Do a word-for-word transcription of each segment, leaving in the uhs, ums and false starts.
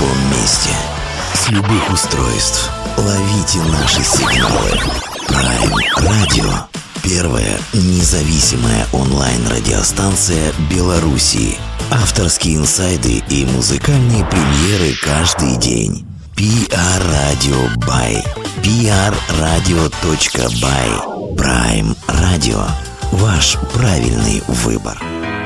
любом месте, с любых устройств. Ловите наши сигналы. Prime Radio. Первая независимая онлайн-радиостанция Беларуси. Авторские инсайды и музыкальные премьеры каждый день. пи ар Radio by пи ар радио точка бай. Prime Radio. Ваш правильный выбор.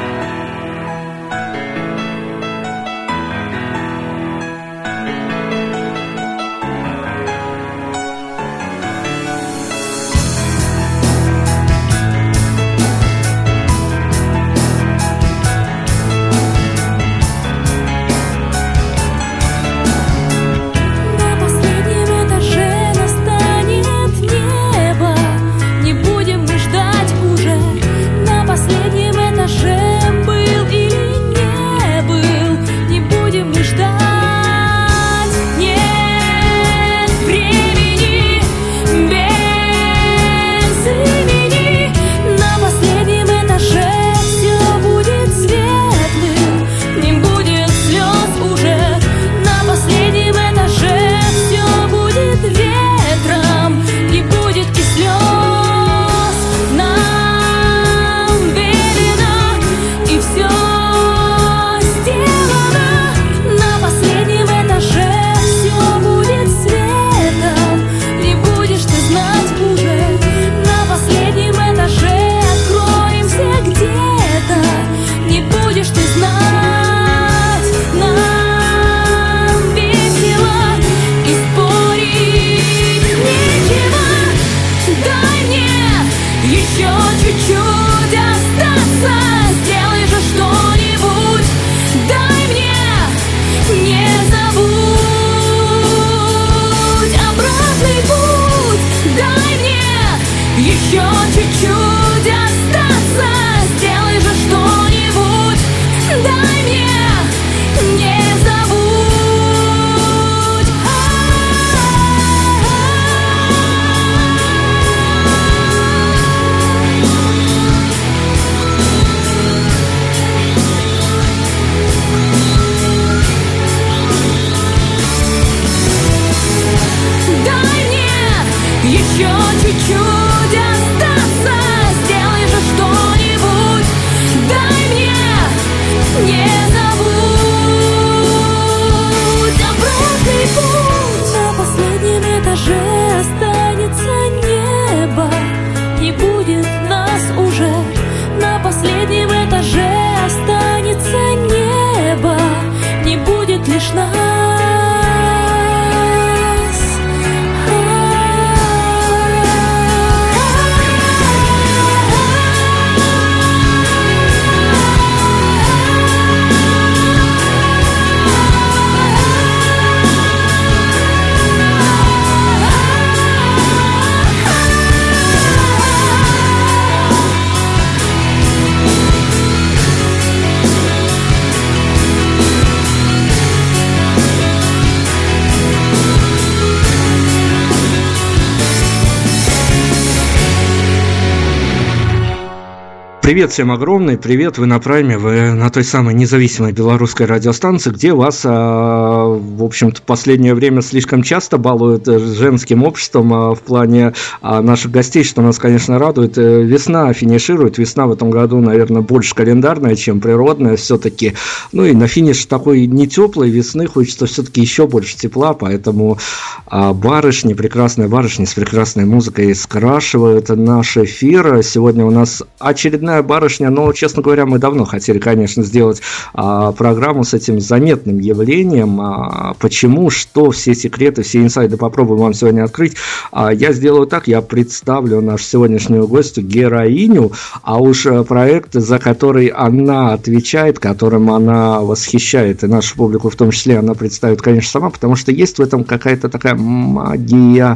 Привет всем огромный, привет, вы на Прайме, вы на той самой независимой белорусской радиостанции, где вас, а, в общем-то, в последнее время слишком часто балуют женским обществом а, в плане а, наших гостей, что нас, конечно, радует. Весна финиширует, весна в этом году, наверное, больше календарная, чем природная все-таки. Ну и на финиш такой не теплой весны хочется все-таки еще больше тепла, поэтому а, барышни, прекрасные барышни с прекрасной музыкой скрашивают наш эфир. Сегодня у нас очередная барышня, но, честно говоря, мы давно хотели, конечно, сделать а, программу с этим заметным явлением. А, почему, что, все секреты, все инсайды попробуем вам сегодня открыть. А, я сделаю так, я представлю нашу сегодняшнюю гостью, героиню, а уж проект, за который она отвечает, которым она восхищает, и нашу публику в том числе, она представит, конечно, сама, потому что есть в этом какая-то такая магия,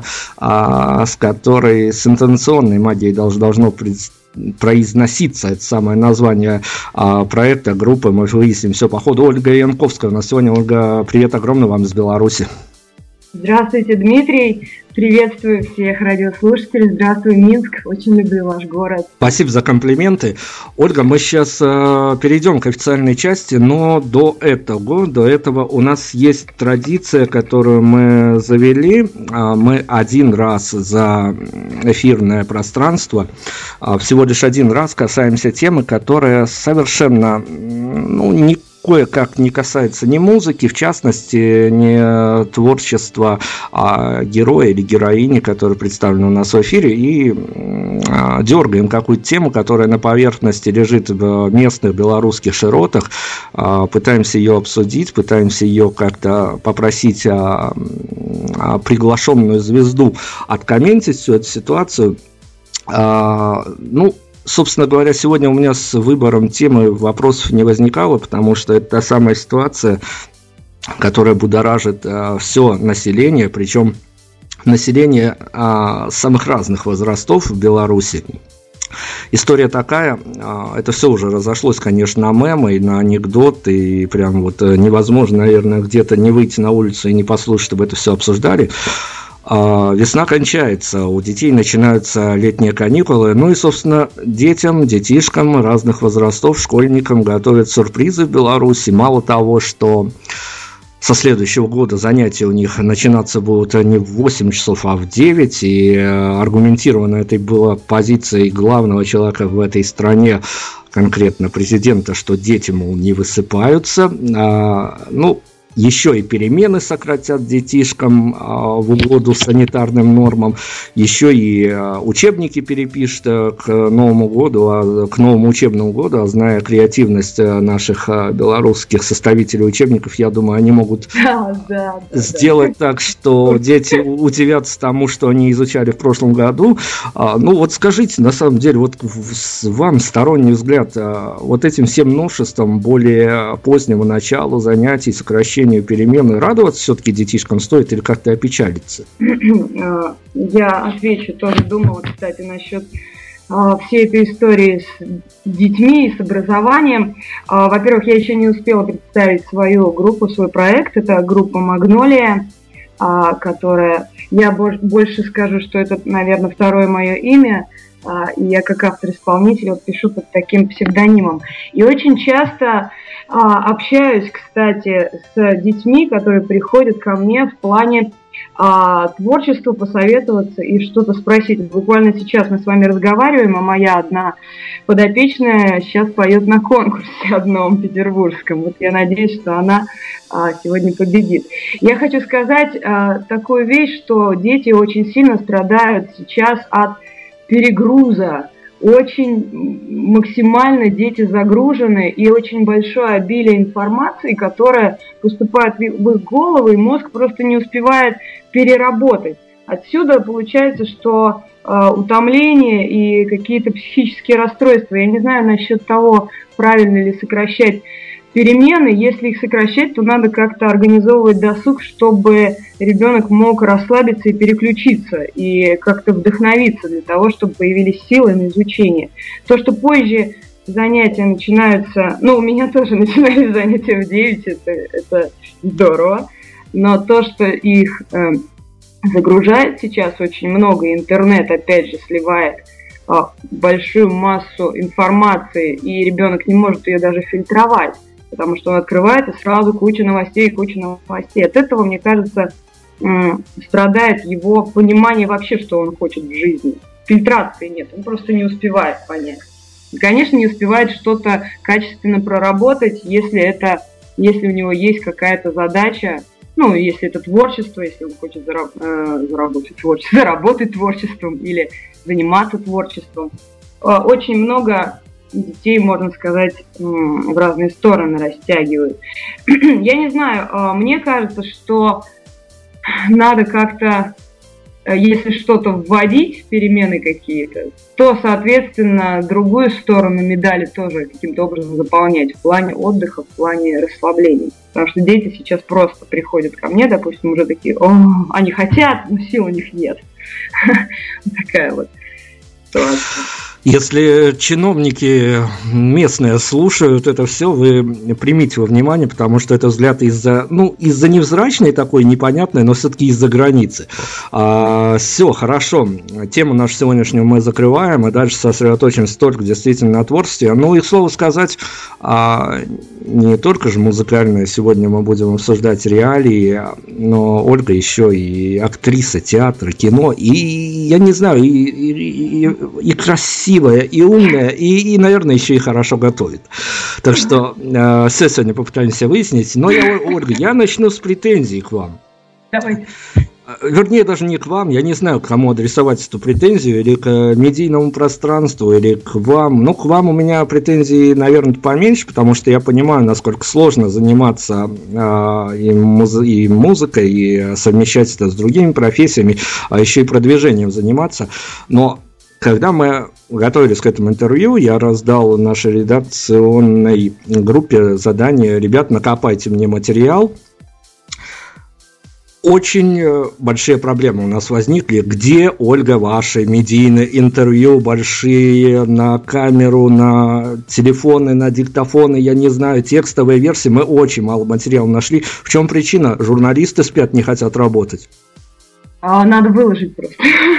а, с которой, с интонационной магией должно, должно представить, произноситься это самое название а, проекта, группы. Мы выясним все по ходу. Ольга Янковская у нас сегодня. Ольга, привет огромный вам из Беларуси. Здравствуйте, Дмитрий. Приветствую всех радиослушателей. Здравствуй, Минск. Очень люблю ваш город. Спасибо за комплименты. Ольга, мы сейчас э, перейдем к официальной части, но до этого, до этого у нас есть традиция, которую мы завели. Мы один раз за эфирное пространство, всего лишь один раз касаемся темы, которая совершенно, ну, не кое-как не касается ни музыки, в частности, ни творчества а героя или героини, которые представлены у нас в эфире, и а, дергаем какую-то тему, которая на поверхности лежит в местных белорусских широтах, а, пытаемся ее обсудить, пытаемся ее как-то попросить а, а, приглашенную звезду откомментить всю эту ситуацию. А, ну, Собственно говоря, сегодня у меня с выбором темы вопросов не возникало, потому что это та самая ситуация, которая будоражит а, все население, причем население а, самых разных возрастов в Беларуси. История такая, а, это все уже разошлось, конечно, на мемы и на анекдоты, и прям вот невозможно, наверное, где-то не выйти на улицу и не послушать, чтобы это все обсуждали. Весна кончается, у детей начинаются летние каникулы, ну и, собственно, детям, детишкам разных возрастов, школьникам готовят сюрпризы в Беларуси. Мало того, что со следующего года занятия у них начинаться будут не в восемь часов, а в девять, и аргументировано этой была позицией главного человека в этой стране, конкретно президента, что дети, мол, не высыпаются. Ну, еще и перемены сократят детишкам а, в угоду санитарным нормам, еще и а, учебники перепишут а, к Новому году, а, к новому учебному году, а зная креативность а, наших а, белорусских составителей учебников, я думаю, они могут да, да, да, сделать да. так, что дети удивятся тому, что они изучали в прошлом году. А, ну вот скажите, на самом деле, вот вам сторонний взгляд, а, вот этим всем новшествам, более позднему началу занятий, сокращению перемены, радоваться все-таки детишкам стоит или как-то опечалиться? Я отвечу, тоже думала, кстати, насчет всей этой истории с детьми и с образованием. Во-первых, я еще не успела представить свою группу, свой проект. Это группа «Магнолия», которая, я больше скажу, что это, наверное, второе мое имя. И я как автор-исполнитель вот пишу под таким псевдонимом. И очень часто а, общаюсь, кстати, с детьми, которые приходят ко мне в плане а, творчества, посоветоваться и что-то спросить. Буквально сейчас мы с вами разговариваем, а моя одна подопечная сейчас поет на конкурсе одном петербургском. Вот я надеюсь, что она а, сегодня победит. Я хочу сказать а, такую вещь, что дети очень сильно страдают сейчас от перегруза. Очень максимально дети загружены, и очень большое обилие информации, которая поступает в их голову, и мозг просто не успевает переработать. Отсюда получается, что э, утомление и какие-то психические расстройства. Я не знаю насчет того, правильно ли сокращать перемены. Если их сокращать, то надо как-то организовывать досуг, чтобы ребенок мог расслабиться и переключиться, и как-то вдохновиться для того, чтобы появились силы на изучение. То, что позже занятия начинаются, ну, у меня тоже начинались занятия в девять, это, это здорово, но то, что их э, загружает сейчас очень много, интернет, опять же, сливает э, большую массу информации, и ребенок не может ее даже фильтровать, потому что он открывает и сразу куча новостей, куча новостей. От этого, мне кажется, страдает его понимание вообще, что он хочет в жизни. Фильтрации нет, он просто не успевает понять. И, конечно, не успевает что-то качественно проработать, если, это, если у него есть какая-то задача, ну, если это творчество, если он хочет зараб- э, заработать, творчеством, заработать творчеством или заниматься творчеством. Очень много детей, можно сказать, в разные стороны растягивают. Я не знаю, мне кажется, что надо как-то, если что-то вводить, перемены какие-то, то, соответственно, другую сторону медали тоже каким-то образом заполнять в плане отдыха, в плане расслабления. Потому что дети сейчас просто приходят ко мне, допустим, уже такие, о, они хотят, но сил у них нет. Такая вот ситуация. Если чиновники местные слушают это все, вы примите во внимание, потому что это взгляд из-за, ну, из-за невзрачной такой, непонятной, но все-таки из-за границы. А, все, хорошо. Тему нашу сегодняшнюю мы закрываем, и дальше сосредоточимся только действительно на творчестве. Ну и, к слову сказать, а, не только же музыкальное сегодня мы будем обсуждать реалии, но Ольга еще и актриса театра, кино, и, я не знаю, и, и, и, и красивая, и умная, и, и, наверное, еще и хорошо готовит. Так что э, все сегодня попытаемся выяснить. Но я, Ольга, я начну с претензий к вам. Давайте. Вернее, даже не к вам, я не знаю, к кому адресовать эту претензию, или к медийному пространству, или к вам. Ну, к вам у меня претензий, наверное, поменьше, потому что я понимаю, насколько сложно заниматься э, и, муз- и музыкой, и совмещать это с другими профессиями, а еще и продвижением заниматься. Но когда мы готовились к этому интервью, я раздал нашей редакционной группе задание: ребят, накопайте мне материал. Очень большие проблемы у нас возникли. Где, Ольга, ваши медийные интервью большие на камеру, на телефоны, на диктофоны, я не знаю, текстовые версии? Мы очень мало материала нашли. В чем причина? Журналисты спят, не хотят работать. Надо выложить просто.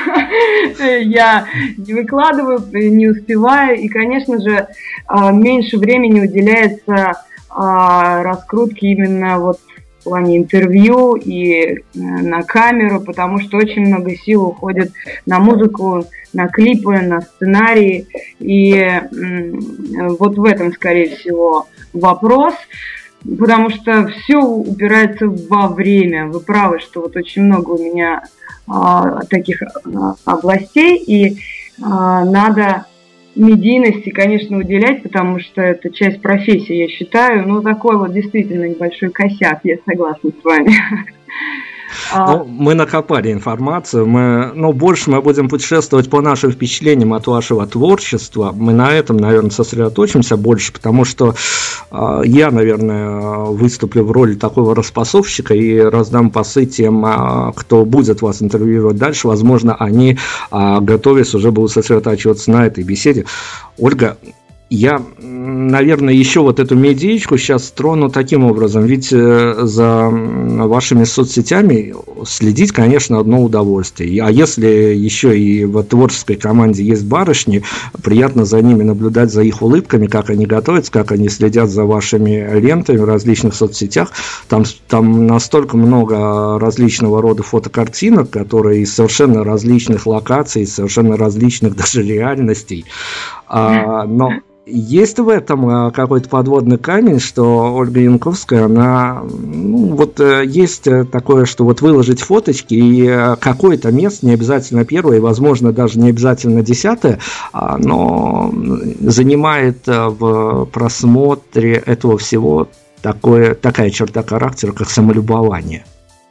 Я не выкладываю, не успеваю. И, конечно же, меньше времени уделяется раскрутке именно вот в плане интервью и на камеру, потому что очень много сил уходит на музыку, на клипы, на сценарии. И вот в этом, скорее всего, вопрос. Потому что все упирается во время. Вы правы, что вот очень много у меня а, таких а, областей, и а, надо медийности, конечно, уделять, потому что это часть профессии, я считаю. Ну, такой вот действительно небольшой косяк, я согласна с вами. Ну, мы накопали информацию, мы, ну, больше мы будем путешествовать по нашим впечатлениям от вашего творчества. Мы на этом, наверное, сосредоточимся больше, потому что э, я, наверное, выступлю в роли такого распасовщика и раздам пасы тем, э, кто будет вас интервьюировать дальше. Возможно, они, э, готовясь, уже будут сосредотачиваться на этой беседе. Ольга, я, наверное, еще вот эту медичку сейчас трону таким образом, ведь за вашими соцсетями следить, конечно, одно удовольствие. А если еще и в творческой команде есть барышни, приятно за ними наблюдать, за их улыбками, как они готовятся, как они следят за вашими лентами в различных соцсетях. Там, там настолько много различного рода фотокартинок, которые из совершенно различных локаций, из совершенно различных даже реальностей. А, но есть в этом какой-то подводный камень, что Ольга Янковская, она, ну, вот есть такое, что вот выложить фоточки, и какое-то место, не обязательно первое, возможно, даже не обязательно десятое, но занимает в просмотре этого всего такое, такая черта характера, как самолюбование.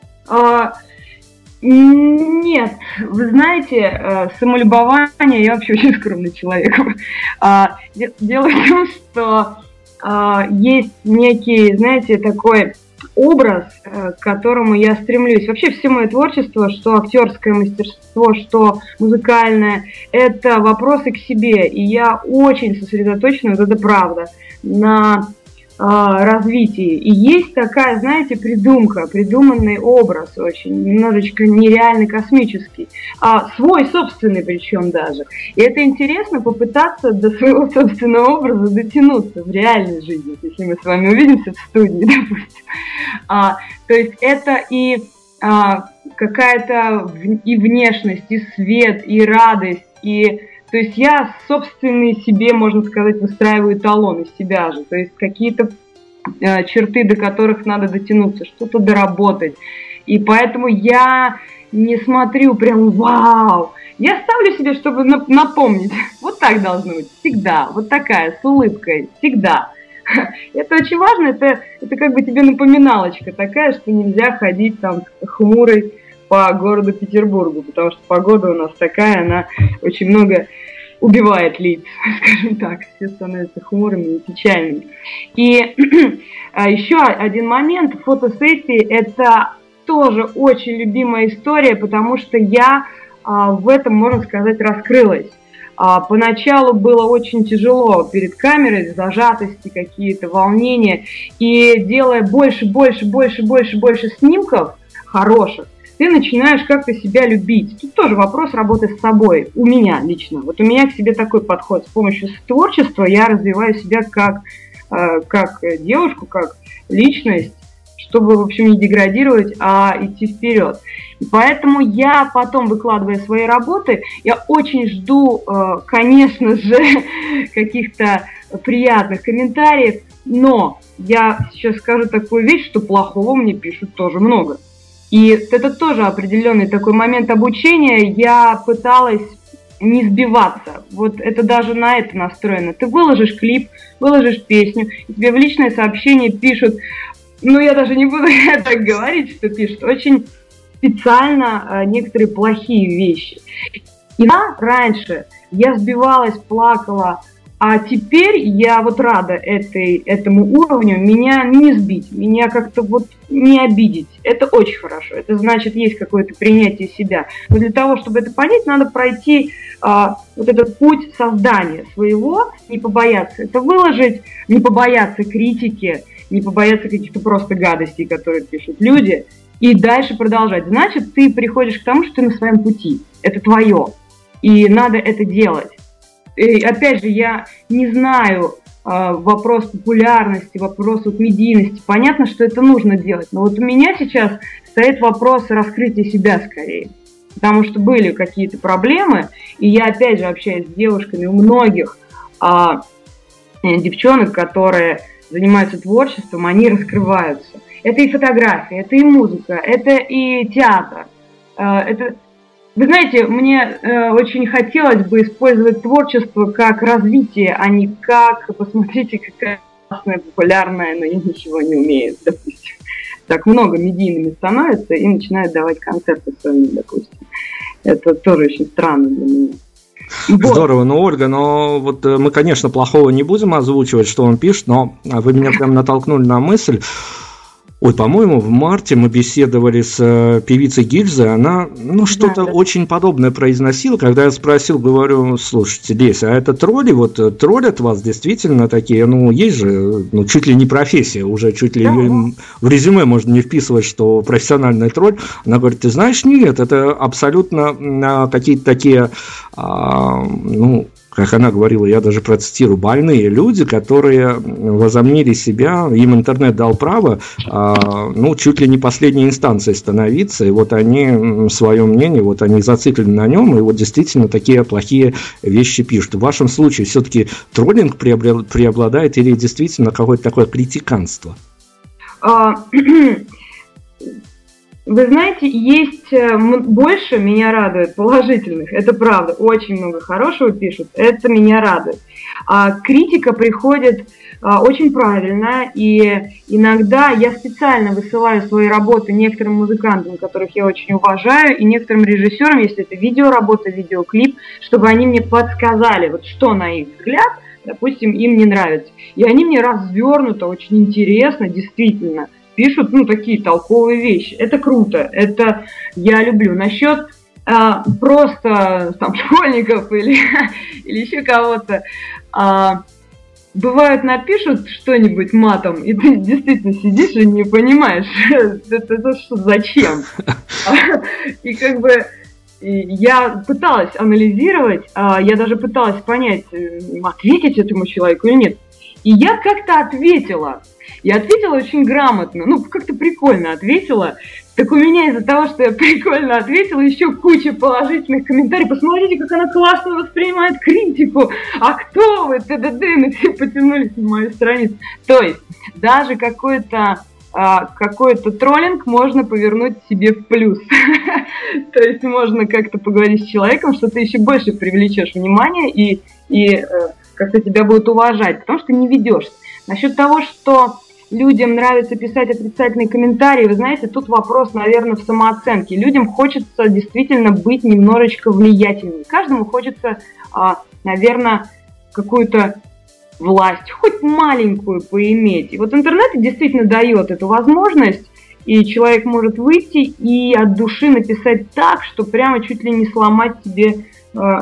Нет, вы знаете, самолюбование, я вообще очень скромный человек. Дело в том, что есть некий, знаете, такой образ, к которому я стремлюсь. Вообще все мое творчество, что актерское мастерство, что музыкальное, это вопросы к себе. И я очень сосредоточена, вот это правда, на развитии. И есть такая, знаете, придумка, придуманный образ очень, немножечко нереальный, космический, а свой собственный причем даже. И это интересно попытаться до своего собственного образа дотянуться в реальной жизни, если мы с вами увидимся в студии, допустим. А, то есть это и а, какая-то и внешность, и свет, и радость, и то есть я собственные себе, можно сказать, выстраиваю эталон из себя же. То есть какие-то э, черты, до которых надо дотянуться, что-то доработать. И поэтому я не смотрю прям вау. Я ставлю себе, чтобы напомнить. Вот так должно быть. Всегда. Вот такая, с улыбкой. Всегда. Это очень важно. Это, это как бы тебе напоминалочка такая, что нельзя ходить там хмурой по городу Петербургу, потому что погода у нас такая, она очень много убивает лиц, скажем так, все становятся хмурыми и печальными. И еще один момент, фотосессии, это тоже очень любимая история, потому что я в этом, можно сказать, раскрылась. А, поначалу было очень тяжело перед камерой, зажатости какие-то, волнения. И делая больше, больше, больше, больше, больше снимков хороших, ты начинаешь как-то себя любить. Тут тоже вопрос работы с собой. У меня лично. Вот у меня к себе такой подход. С помощью творчества я развиваю себя как, э, как девушку, как личность, чтобы, в общем, не деградировать, а идти вперед. И поэтому я потом, выкладывая свои работы, я очень жду, конечно же, каких-то приятных комментариев, но я сейчас скажу такую вещь, что плохого мне пишут тоже много. И это тоже определенный такой момент обучения. Я пыталась не сбиваться. Вот это даже на это настроено. Ты выложишь клип, выложишь песню, и тебе в личное сообщение пишут, ну, я даже не буду так говорить, что пишут, очень специально э, некоторые плохие вещи. И да, раньше я сбивалась, плакала, а теперь я вот рада этой, этому уровню, меня не сбить, меня как-то вот не обидеть. Это очень хорошо, это значит, есть какое-то принятие себя. Но для того, чтобы это понять, надо пройти э, вот этот путь создания своего, не побояться это выложить, не побояться критики, не побояться каких-то просто гадостей, которые пишут люди, и дальше продолжать. Значит, ты приходишь к тому, что ты на своем пути. Это твое. И надо это делать. И опять же, я не знаю э, вопрос популярности, вопрос вот, медийности. Понятно, что это нужно делать. Но вот у меня сейчас стоит вопрос раскрытия себя скорее. Потому что были какие-то проблемы, и я опять же общаюсь с девушками, у многих э, девчонок, которые занимаются творчеством, они раскрываются. Это и фотография, это и музыка, это и театр. Это... Вы знаете, мне очень хотелось бы использовать творчество как развитие, а не как, посмотрите, какая классная, популярная, но я ничего не умею, допустим. Так много медийными становятся и начинают давать концерты своими, допустим. Это тоже очень странно для меня. Здорово, ну, Ольга, но вот мы, конечно, плохого не будем озвучивать, что он пишет, но вы меня прям натолкнули на мысль. Ой, по-моему, в марте мы беседовали с певицей Гильзой, она, ну, что-то да, да. очень подобное произносила, когда я спросил, говорю, слушайте, Леся, а это тролли, вот троллят вас действительно такие, ну, есть же, ну, чуть ли не профессия, уже чуть ли да, да. в резюме можно не вписывать, что профессиональный тролль. Она говорит, ты знаешь, нет, это абсолютно какие-то такие, а, ну, как она говорила, я даже процитирую, больные люди, которые возомнили себя, им интернет дал право, а, ну, чуть ли не последней инстанцией становиться, и вот они свое мнение, вот они зациклены на нем, и вот действительно такие плохие вещи пишут. В вашем случае все-таки троллинг преобладает или действительно какое-то такое критиканство? Вы знаете, есть больше, меня радует, положительных, это правда, очень много хорошего пишут, это меня радует. А критика приходит а, очень правильно, и иногда я специально высылаю свои работы некоторым музыкантам, которых я очень уважаю, и некоторым режиссерам, если это видеоработа, видеоклип, чтобы они мне подсказали, вот что на их взгляд, допустим, им не нравится. И они мне развернуто, очень интересно, действительно, пишут, ну, такие толковые вещи. Это круто, это я люблю. Насчет а, просто там школьников или, или еще кого-то, а, бывает напишут что-нибудь матом, и ты действительно сидишь и не понимаешь, это, это что, зачем? И как бы я пыталась анализировать, я даже пыталась понять, ответить этому человеку или нет. И я как-то ответила. Я ответила очень грамотно, ну, как-то прикольно ответила. Так у меня из-за того, что я прикольно ответила, еще куча положительных комментариев. Посмотрите, как она классно воспринимает критику. А кто вы? Т.д.д. Ну, все потянулись на мою страницу. То есть, даже какой-то а, какой-то троллинг можно повернуть себе в плюс. То есть, можно как-то поговорить с человеком, что ты еще больше привлечешь внимание и, и как-то тебя будут уважать, потому что не ведешься. Насчет того, что людям нравится писать отрицательные комментарии, вы знаете, тут вопрос, наверное, в самооценке. Людям хочется действительно быть немножечко влиятельнее. Каждому хочется, наверное, какую-то власть, хоть маленькую, поиметь. И вот интернет действительно дает эту возможность, и человек может выйти и от души написать так, что прямо чуть ли не сломать себе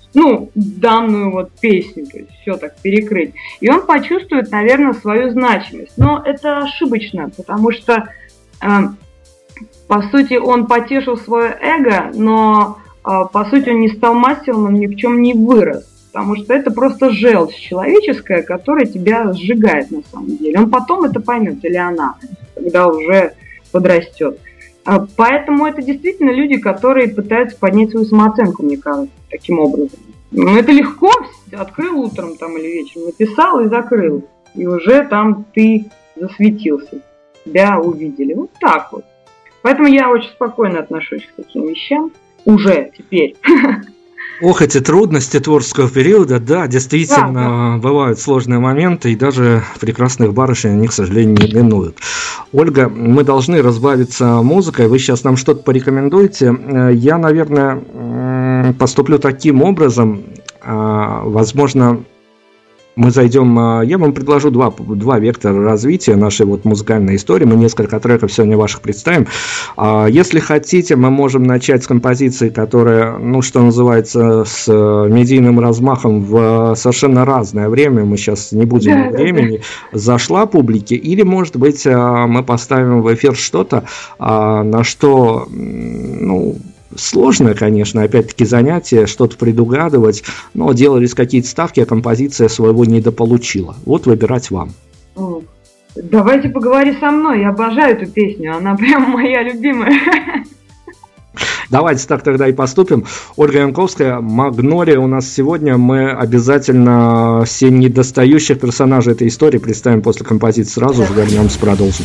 ну, данную вот песню, то есть все так перекрыть. И он почувствует, наверное, свою значимость. Но это ошибочно, потому что, э, по сути, он потешил свое эго, но, э, по сути, он не стал мастером, он ни в чем не вырос. Потому что это просто желчь человеческая, которая тебя сжигает на самом деле. Он потом это поймет, или она, когда уже подрастет. Поэтому это действительно люди, которые пытаются поднять свою самооценку, мне кажется, таким образом. Но это легко, открыл утром там или вечером, написал и закрыл. И уже там ты засветился, тебя увидели. Вот так вот. Поэтому я очень спокойно отношусь к таким вещам. Уже теперь. Ох, эти трудности творческого периода, да, действительно, да, да. Бывают сложные моменты, и даже прекрасных барышень они, к сожалению, не минуют. Ольга, мы должны разбавиться музыкой, вы сейчас нам что-то порекомендуете. Я, наверное, поступлю таким образом, возможно, мы зайдем, я вам предложу два, два вектора развития нашей вот музыкальной истории, мы несколько треков сегодня ваших представим. Если хотите, мы можем начать с композиции, которая, ну, что называется, с медийным размахом в совершенно разное время, мы сейчас не будем да, времени, да. зашла публике, или, может быть, мы поставим в эфир что-то, на что, ну, сложное, конечно, опять-таки занятие, что-то предугадывать, но делались какие-то ставки, а композиция своего недополучила. Вот выбирать вам. Давайте поговори со мной, я обожаю эту песню, она прям моя любимая. Давайте так тогда и поступим. Ольга Янковская, «Магнолия» у нас сегодня. Мы обязательно все недостающих персонажей этой истории представим после композиции. Сразу же вернемся, продолжим.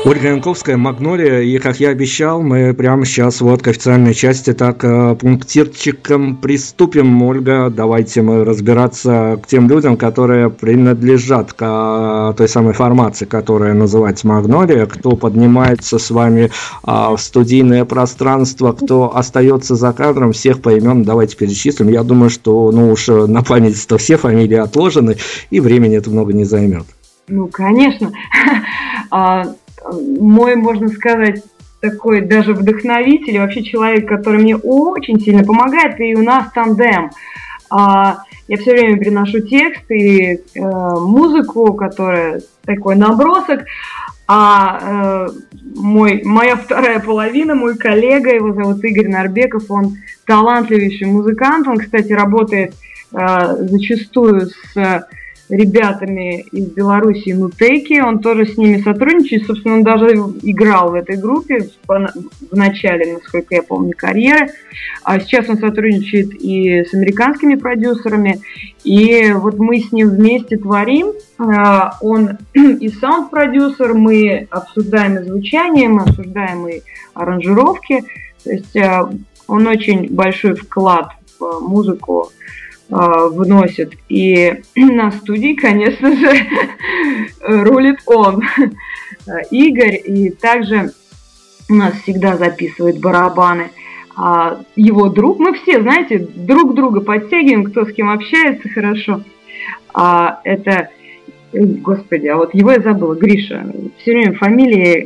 Ольга Янковская, «Магнолия», и, как я обещал, мы прямо сейчас вот к официальной части так пунктирчиком приступим. Ольга, давайте мы разбираться к тем людям, которые принадлежат к той самой формации, которая называется «Магнолия», кто поднимается с вами в студийное пространство, кто остается за кадром, всех по именам давайте перечислим. Я думаю, что ну уж на память-то все фамилии отложены, и времени это много не займет. Ну, конечно. Мой, можно сказать, такой даже вдохновитель, вообще человек, который мне очень сильно помогает, и у нас тандем. Я все время приношу текст и музыку, которая такой набросок, а мой, моя вторая половина, мой коллега, его зовут Игорь Нарбеков, он талантливейший музыкант, он, кстати, работает зачастую с ребятами из Беларуси, Нутеки, он тоже с ними сотрудничает, собственно, он даже играл в этой группе в начале, насколько я помню, карьеры, а сейчас он сотрудничает и с американскими продюсерами, и вот мы с ним вместе творим, он и саунд-продюсер, мы обсуждаем и звучание, мы обсуждаем и аранжировки, то есть он очень большой вклад в музыку вносит. И на студии, конечно же, рулит он, Игорь, и также у нас всегда записывает барабаны его друг. Мы все, знаете, друг друга подтягиваем, кто с кем общается хорошо. Это, господи, а вот его я забыла, Гриша. Все время фамилии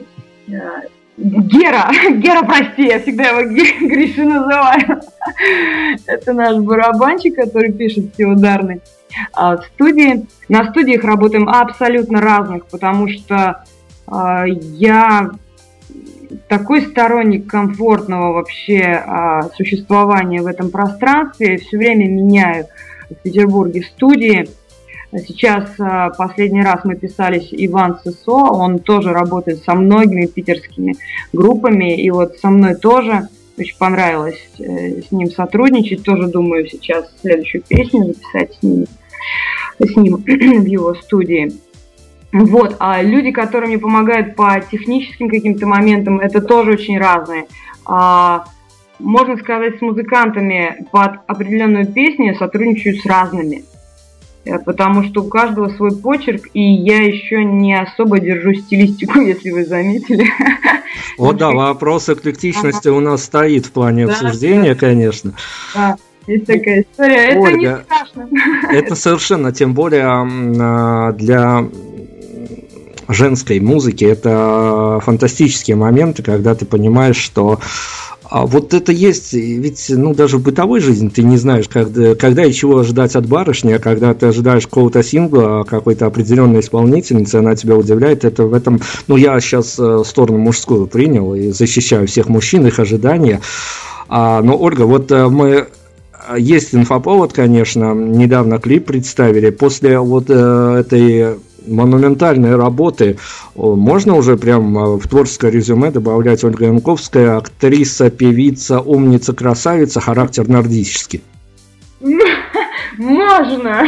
Гера, Гера, прости, я всегда его Гришей называю. Это наш барабанщик, который пишет все ударные. А в студии, на студиях работаем абсолютно разных, потому что а, я такой сторонник комфортного вообще а, существования в этом пространстве. Я все время меняю в Петербурге студии. Сейчас последний раз мы писались Иван Сысо, он тоже работает со многими питерскими группами, и вот со мной тоже очень понравилось с ним сотрудничать, тоже думаю сейчас следующую песню записать с ним, с ним в его студии. Вот, а люди, которые мне помогают по техническим каким-то моментам, это тоже очень разные. Можно сказать, с музыкантами под определенную песню я сотрудничаю с разными. Потому что у каждого свой почерк, и я еще не особо держу стилистику, если вы заметили. Вот да, вопрос эклектичности ага. у нас стоит в плане да, обсуждения, да. конечно. Да, есть такая история. Ольга, это не страшно. Это совершенно, тем более для женской музыки, это фантастические моменты, когда ты понимаешь, что А вот это есть, ведь ну, даже в бытовой жизни ты не знаешь, когда, когда и чего ожидать от барышни, а когда ты ожидаешь какого-то сингла, какой-то определенной исполнительницы, она тебя удивляет, это в этом, ну я сейчас сторону мужскую принял и защищаю всех мужчин, их ожидания, а, но, Ольга, вот мы, есть инфоповод, конечно, недавно клип представили, после вот этой монументальные работы можно уже прям в творческое резюме добавлять Ольга Янковская, актриса, певица, умница, красавица, характер нордический? Можно!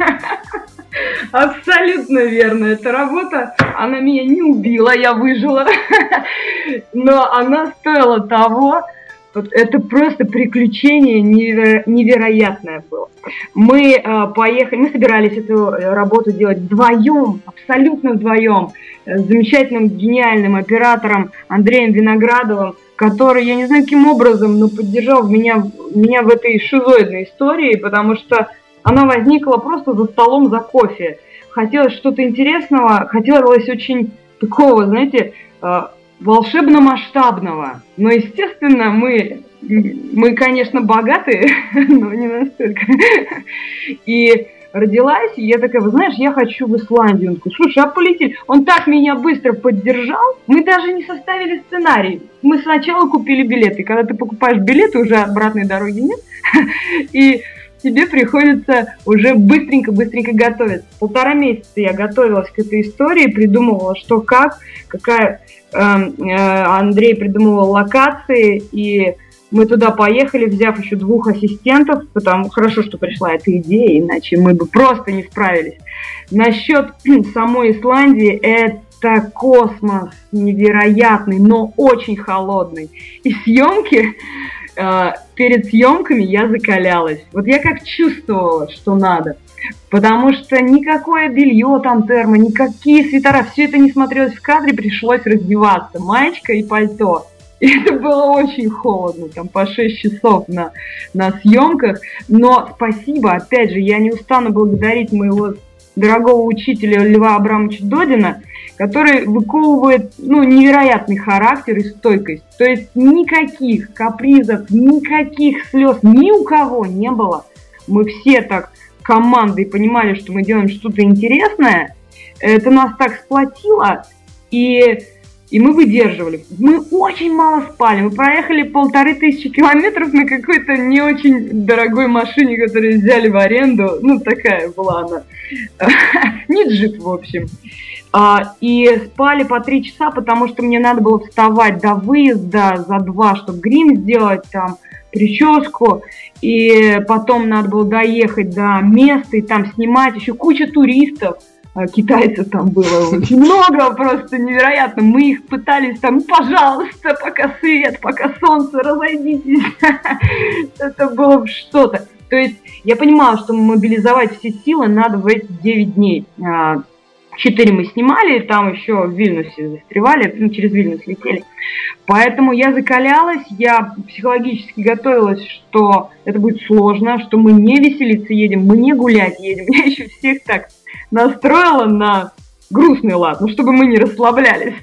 Абсолютно верно. Эта работа, она меня не убила, я выжила, но она стоила того. Это просто приключение неверо- невероятное было. Мы э, поехали, мы собирались эту работу делать вдвоем, абсолютно вдвоем, с замечательным, гениальным оператором Андреем Виноградовым, который, я не знаю каким образом, но поддержал меня, меня в этой шизоидной истории, потому что она возникла просто за столом за кофе. Хотелось что-то интересного, хотелось очень такого, знаете, э, волшебно-масштабного. Но, естественно, мы, мы, конечно, богатые, но не настолько. И родилась, и я такая, вы знаешь, я хочу в Исландию. Он такой, слушай, а полетели? Он так меня быстро поддержал, мы даже не составили сценарий. Мы сначала купили билеты. Когда ты покупаешь билеты, уже обратной дороги нет. И тебе приходится уже быстренько-быстренько готовиться. Полтора месяца я готовилась к этой истории, придумывала, что как, какая... Андрей придумывал локации, и мы туда поехали, взяв еще двух ассистентов, потому хорошо, что пришла эта идея, иначе мы бы просто не справились. Насчет самой Исландии, это просто космос невероятный, но очень холодный. И съемки, э, перед съемками я закалялась. Вот я как чувствовала, что надо. Потому что никакое белье там термо, никакие свитера, все это не смотрелось в кадре, пришлось раздеваться. Маечка и пальто. И это было очень холодно, там по шесть часов на, на съемках. Но спасибо, опять же, я не устану благодарить моего дорогого учителя Льва Абрамовича Додина, который выковывает, ну, невероятный характер и стойкость. То есть никаких капризов, никаких слез ни у кого не было. Мы все так командой понимали, что мы делаем что-то интересное. Это нас так сплотило, и, и мы выдерживали. Мы очень мало спали. Мы проехали полторы тысячи километров на какой-то не очень дорогой машине, которую взяли в аренду. Ну, такая была она. Не джип, в общем. И спали по три часа, потому что мне надо было вставать до выезда за два, чтобы грим сделать, там, прическу, и потом надо было доехать до места и там снимать, еще куча туристов, китайцев там было очень много, просто невероятно, мы их пытались там, ну, пожалуйста, пока свет, пока солнце, разойдитесь, это было что-то. То есть я понимала, что мобилизовать все силы надо в эти девять дней. Четыре мы снимали, там еще в Вильнюсе застревали, ну, через Вильнюс летели. Поэтому я закалялась, я психологически готовилась, что это будет сложно, что мы не веселиться едем, мы не гулять едем. Я еще всех так настроила на грустный лад, ну, чтобы мы не расслаблялись.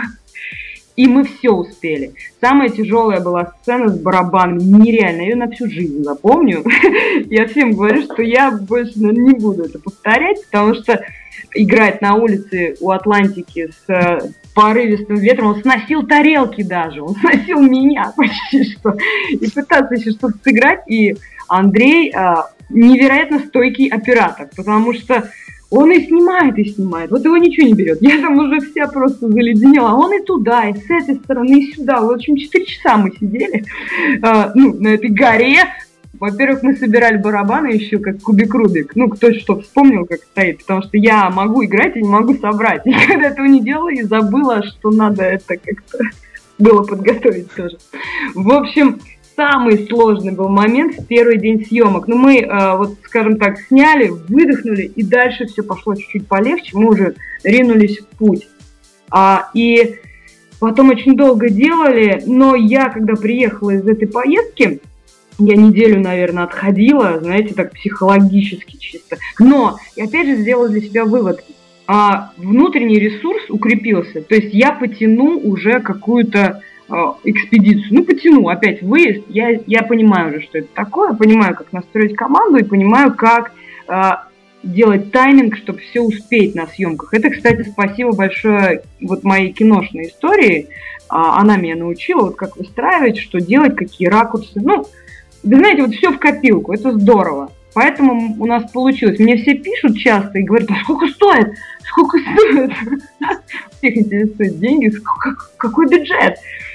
И мы все успели. Самая тяжелая была сцена с барабанами, нереально, я ее на всю жизнь запомню. Я всем говорю, что я больше, наверное, не буду это повторять, потому что играть на улице у Атлантики с порывистым ветром, он сносил тарелки даже, он сносил меня почти что. И пытаться еще что-то сыграть, и Андрей а, невероятно стойкий оператор, потому что он и снимает, и снимает. Вот его ничего не берет. Я там уже вся просто заледенела. А он и туда, и с этой стороны, и сюда. В общем, четыре часа мы сидели э, ну, на этой горе. Во-первых, мы собирали барабаны еще как кубик-рубик. Ну, кто что вспомнил, как стоит. Потому что я могу играть и не могу собрать. И когда этого не делала, и забыла, что надо это как-то было подготовить тоже. В общем, самый сложный был момент в первый день съемок. Но мы, э, вот, скажем так, сняли, выдохнули, и дальше все пошло чуть-чуть полегче. Мы уже ринулись в путь. А, и потом очень долго делали, но я, когда приехала из этой поездки, я неделю, наверное, отходила, знаете, так психологически чисто. Но, и опять же, сделала для себя вывод. А, внутренний ресурс укрепился. То есть я потяну уже какую-то экспедицию. Ну, потяну опять выезд. Я, я понимаю уже, что это такое, понимаю, как настроить команду и понимаю, как э, делать тайминг, чтобы все успеть на съемках. Это, кстати, спасибо большое вот моей киношной истории. А, она меня научила, вот как выстраивать, что делать, какие ракурсы. Ну, вы знаете, вот все в копилку. Это здорово. Поэтому у нас получилось. Мне все пишут часто и говорят, а сколько стоит? Сколько стоит? Всех интересуют деньги. Какой бюджет?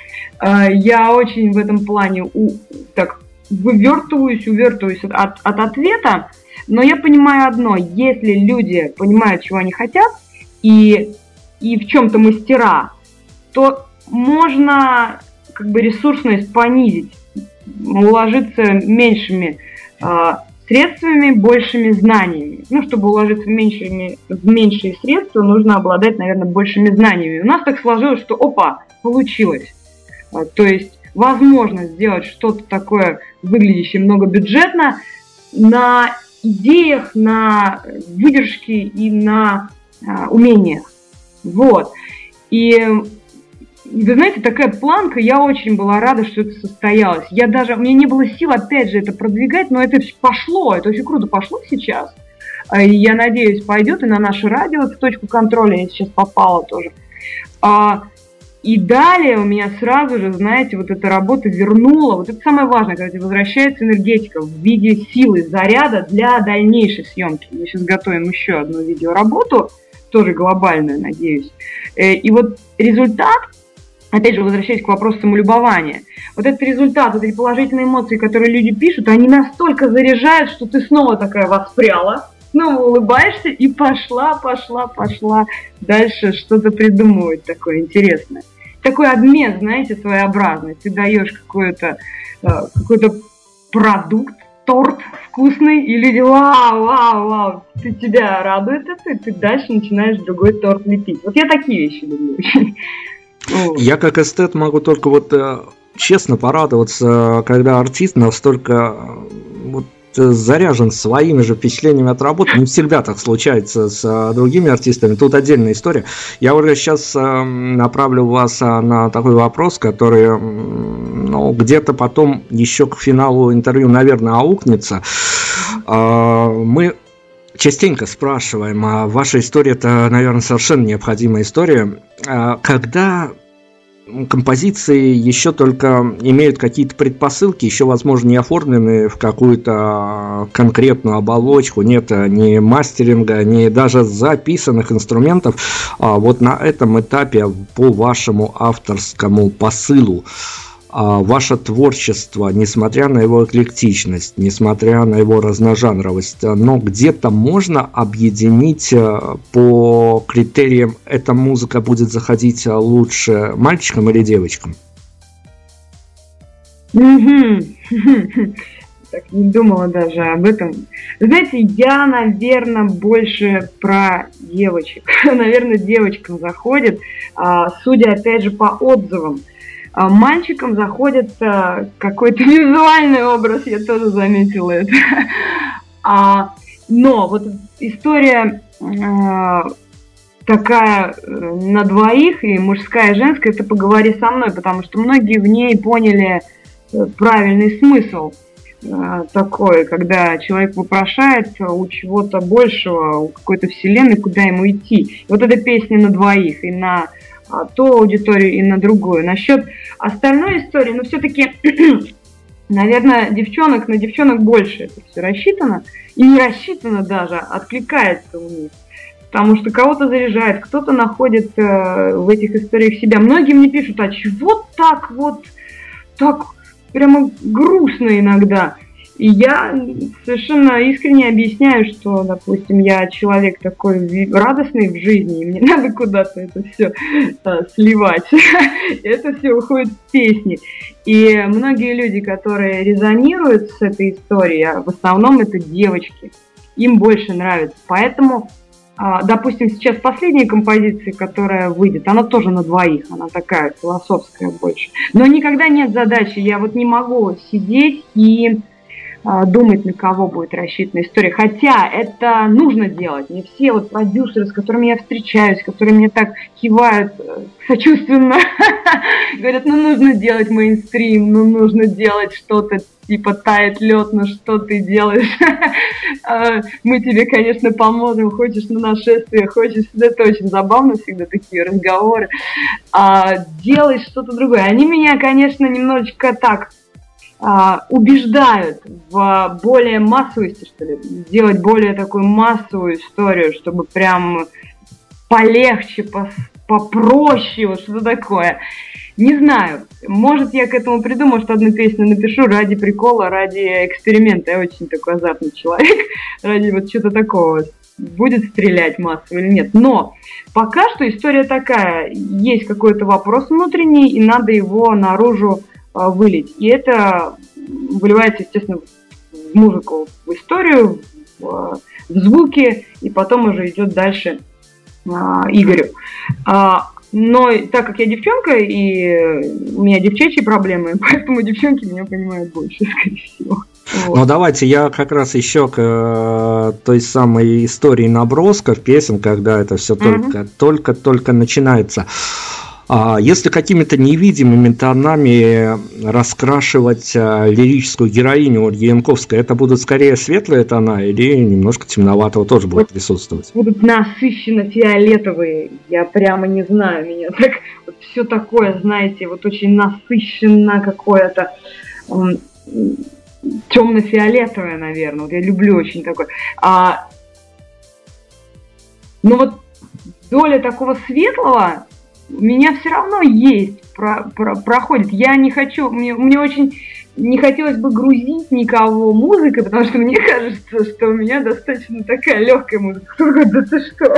Я очень в этом плане у, так, вывертываюсь, увертываюсь от, от ответа, но я понимаю одно, если люди понимают, чего они хотят, и, и в чем-то мастера, то можно как бы ресурсность понизить, уложиться меньшими э, средствами, большими знаниями. Ну, чтобы уложиться в, меньшими, в меньшие средства, нужно обладать, наверное, большими знаниями. У нас так сложилось, что опа, получилось. То есть возможно сделать что-то такое выглядящее многобюджетно на идеях, на выдержке и на а, умениях. Вот. И вы знаете, такая планка, я очень была рада, что это состоялось. Я даже, у меня не было сил опять же это продвигать, но это пошло, это очень круто пошло сейчас. И я надеюсь, пойдет и на наше радио в точку контроля, я сейчас попала тоже. И далее у меня сразу же, знаете, вот эта работа вернула, вот это самое важное, когда тебе возвращается энергетика в виде силы, заряда для дальнейшей съемки. Мы сейчас готовим еще одну видеоработу, тоже глобальную, надеюсь. И вот результат, опять же, возвращаясь к вопросу самолюбования, вот этот результат, вот эти положительные эмоции, которые люди пишут, они настолько заряжают, что ты снова такая воспряла, снова улыбаешься и пошла, пошла, пошла дальше что-то придумывать такое интересное. Такой обмен, знаете, своеобразный. Ты даешь какой-то, какой-то продукт, торт вкусный, и люди, вау, вау, вау, ты, тебя радует это, и ты дальше начинаешь другой торт лепить. Вот я такие вещи люблю. Я как эстет могу только вот честно порадоваться, когда артист настолько вот заряжен своими же впечатлениями от работы. Не всегда так случается с другими артистами. Тут отдельная история. Я уже сейчас направлю вас на такой вопрос, который, ну, где-то потом еще к финалу интервью, наверное, аукнется. Мы частенько спрашиваем, а ваша история — это, наверное, совершенно необходимая история. Когда композиции еще только имеют какие-то предпосылки, еще, возможно, не оформлены в какую-то конкретную оболочку, нет ни мастеринга, ни даже записанных инструментов, а вот на этом этапе по вашему авторскому посылу ваше творчество, несмотря на его эклектичность, несмотря на его разножанровость, но где-то можно объединить по критериям, эта музыка будет заходить лучше мальчикам или девочкам? Так, не думала даже об этом. Знаете, я, наверное, больше про девочек. Наверное, девочкам заходит, судя, опять же, по отзывам. Мальчикам заходит а, какой-то визуальный образ, я тоже заметила это. А, но вот история а, такая на двоих, и мужская, и женская, это «Поговори со мной», потому что многие в ней поняли правильный смысл а, такой, когда человек вопрошает у чего-то большего, у какой-то вселенной, куда ему идти. И вот эта песня на двоих, и на ту аудиторию, и на другую. Насчет остальной истории, но все-таки, наверное, девчонок, на девчонок больше это все рассчитано, и не рассчитано даже, откликается у них. Потому что кого-то заряжает, кто-то находит э, в этих историях себя. Многие мне пишут, а чего так вот, так прямо грустно иногда. И я совершенно искренне объясняю, что, допустим, я человек такой радостный в жизни, и мне надо куда-то это все а, сливать. Это все уходит в песни. И многие люди, которые резонируют с этой историей, в основном это девочки, им больше нравится. Поэтому, а, допустим, сейчас последняя композиция, которая выйдет, она тоже на двоих, она такая философская больше. Но никогда нет задачи, я вот не могу сидеть и думать, на кого будет рассчитана история. Хотя это нужно делать. Не все вот продюсеры, с которыми я встречаюсь, которые мне так кивают сочувственно, говорят, ну нужно делать мейнстрим, ну нужно делать что-то, типа тает лед, ну что ты делаешь? Мы тебе, конечно, поможем, хочешь на нашествие, хочешь... Это очень забавно всегда такие разговоры. Делай что-то другое. Они меня, конечно, немножечко так убеждают в более массовости, что ли, сделать более такую массовую историю, чтобы прям полегче, попроще, вот что-то такое. Не знаю, может, я к этому приду, может, одну песню напишу ради прикола, ради эксперимента. Я очень такой азартный человек, ради вот чего-то такого. Будет стрелять массово или нет. Но пока что история такая, есть какой-то вопрос внутренний, и надо его наружу вылить. И это выливается, естественно, в музыку, в историю, в, в звуки, и потом уже идет дальше а, Игорю. А, но так как я девчонка, и у меня девчачьи проблемы, поэтому девчонки меня понимают больше, скорее всего. Вот. Ну давайте я как раз еще к э, той самой истории набросков песен, когда это все mm-hmm. только-только начинается. Если какими-то невидимыми тонами раскрашивать лирическую героиню Ольги Янковской, это будут скорее светлые тона или немножко темноватого тоже будет присутствовать? Будут насыщенно фиолетовые, я прямо не знаю, меня так вот все такое, знаете, вот очень насыщенно какое-то темно-фиолетовое, наверное, вот я люблю очень такое. А, но вот доля такого светлого у меня все равно есть, про, про, проходит. Я не хочу, мне, мне очень не хотелось бы грузить никого музыкой, потому что мне кажется, что у меня достаточно такая легкая музыка. Кто говорит, да ты что?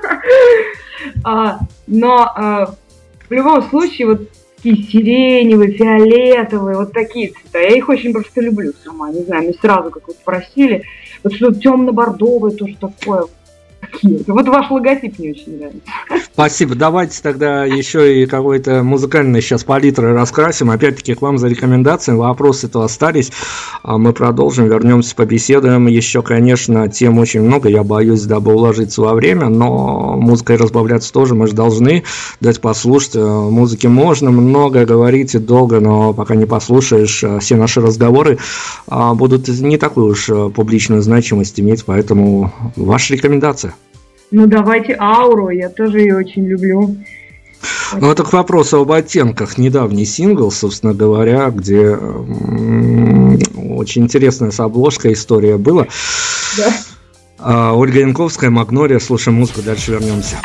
Но в любом случае, вот такие сиреневые, фиолетовые, вот такие цвета. Я их очень просто люблю сама, не знаю, мне сразу как вот спросили. Вот что-то темно-бордовое, тоже такое. Вот ваш логотип мне очень нравится. Спасибо. Давайте тогда еще и какой-то музыкальной сейчас палитрой раскрасим. Опять-таки к вам за рекомендациями. Вопросы-то остались. Мы продолжим, вернемся, побеседуем. Еще, конечно, тем очень много. Я боюсь, дабы уложиться во время, но музыкой разбавляться тоже мы же должны дать послушать. Музыки можно много говорить и долго, но пока не послушаешь, все наши разговоры будут не такую уж публичную значимость иметь, поэтому ваша рекомендация. Ну, давайте «Ауру», я тоже ее очень люблю. Ну, это к вопросу об оттенках. Недавний сингл, собственно говоря, где м-м, очень интересная с обложкой история была. Да. А, Ольга Янковская, «Магнолия». Слушаем музыку, дальше вернемся.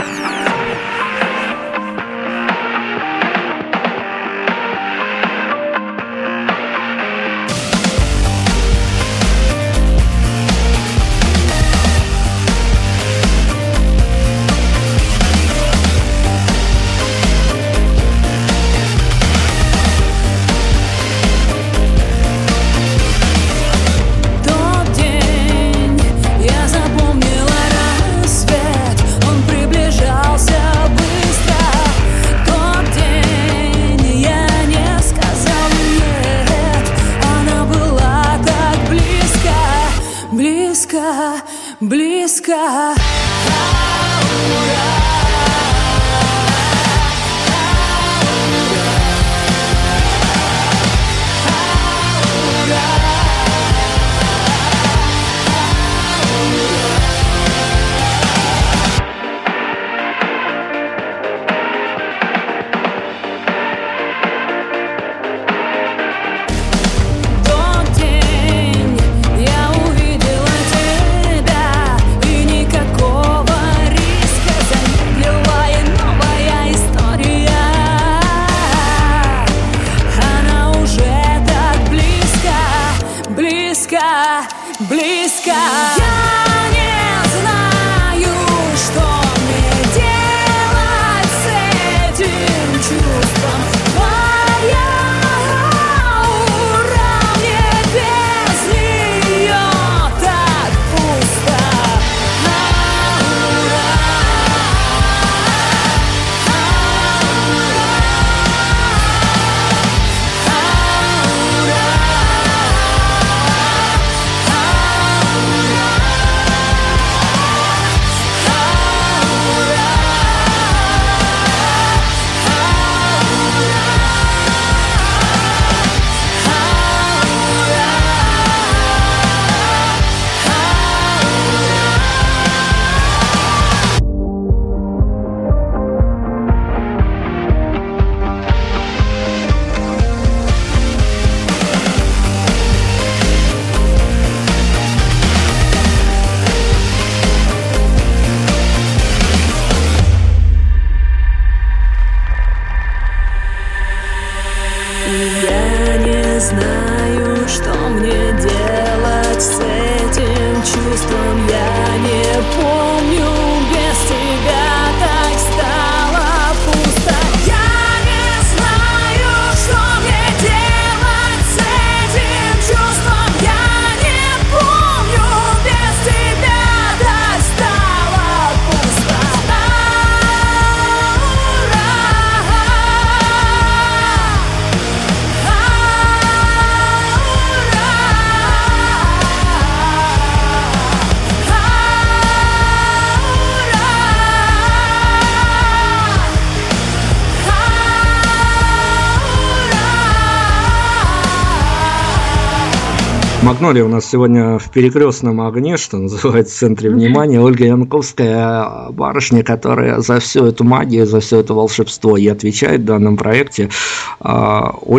«Магнолия» у нас сегодня в перекрестном огне, что называется, в центре внимания. Ольга Янковская, барышня, которая за всю эту магию, за все это волшебство и отвечает в данном проекте. Ольга,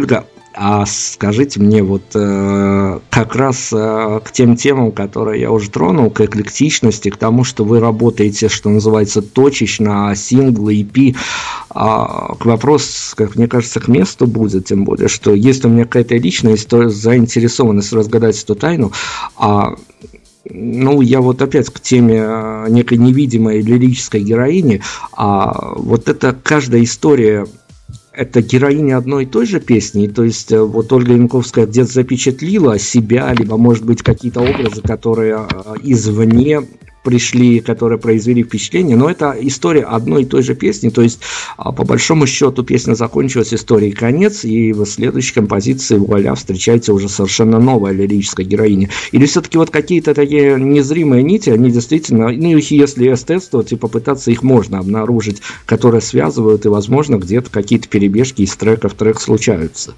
А скажите мне, вот э, как раз э, к тем темам, которые я уже тронул, к эклектичности, к тому, что вы работаете, что называется, точечно, синглы, и пи, а, к вопросу, как мне кажется, к месту будет, тем более, что если у меня какая-то личная история, заинтересованность разгадать эту тайну, а ну, я вот опять к теме некой невидимой лирической героини, а вот это каждая история, это героиня одной и той же песни, то есть вот Ольга Янковская где-то запечатлила себя, либо, может быть, какие-то образы, которые извне пришли, которые произвели впечатление, но это история одной и той же песни, то есть по большому счету песня закончилась, истории конец, и в следующей композиции вуаля, встречаете уже совершенно новая лирическая героиня. Или все-таки вот какие-то такие незримые нити, они действительно, ну если эстетствовать и попытаться, их можно обнаружить, которые связывают, и возможно где-то какие-то перебежки из трека в трек случаются.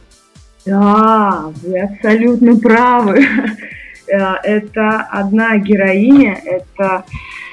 Да, вы абсолютно правы. Это одна героиня, это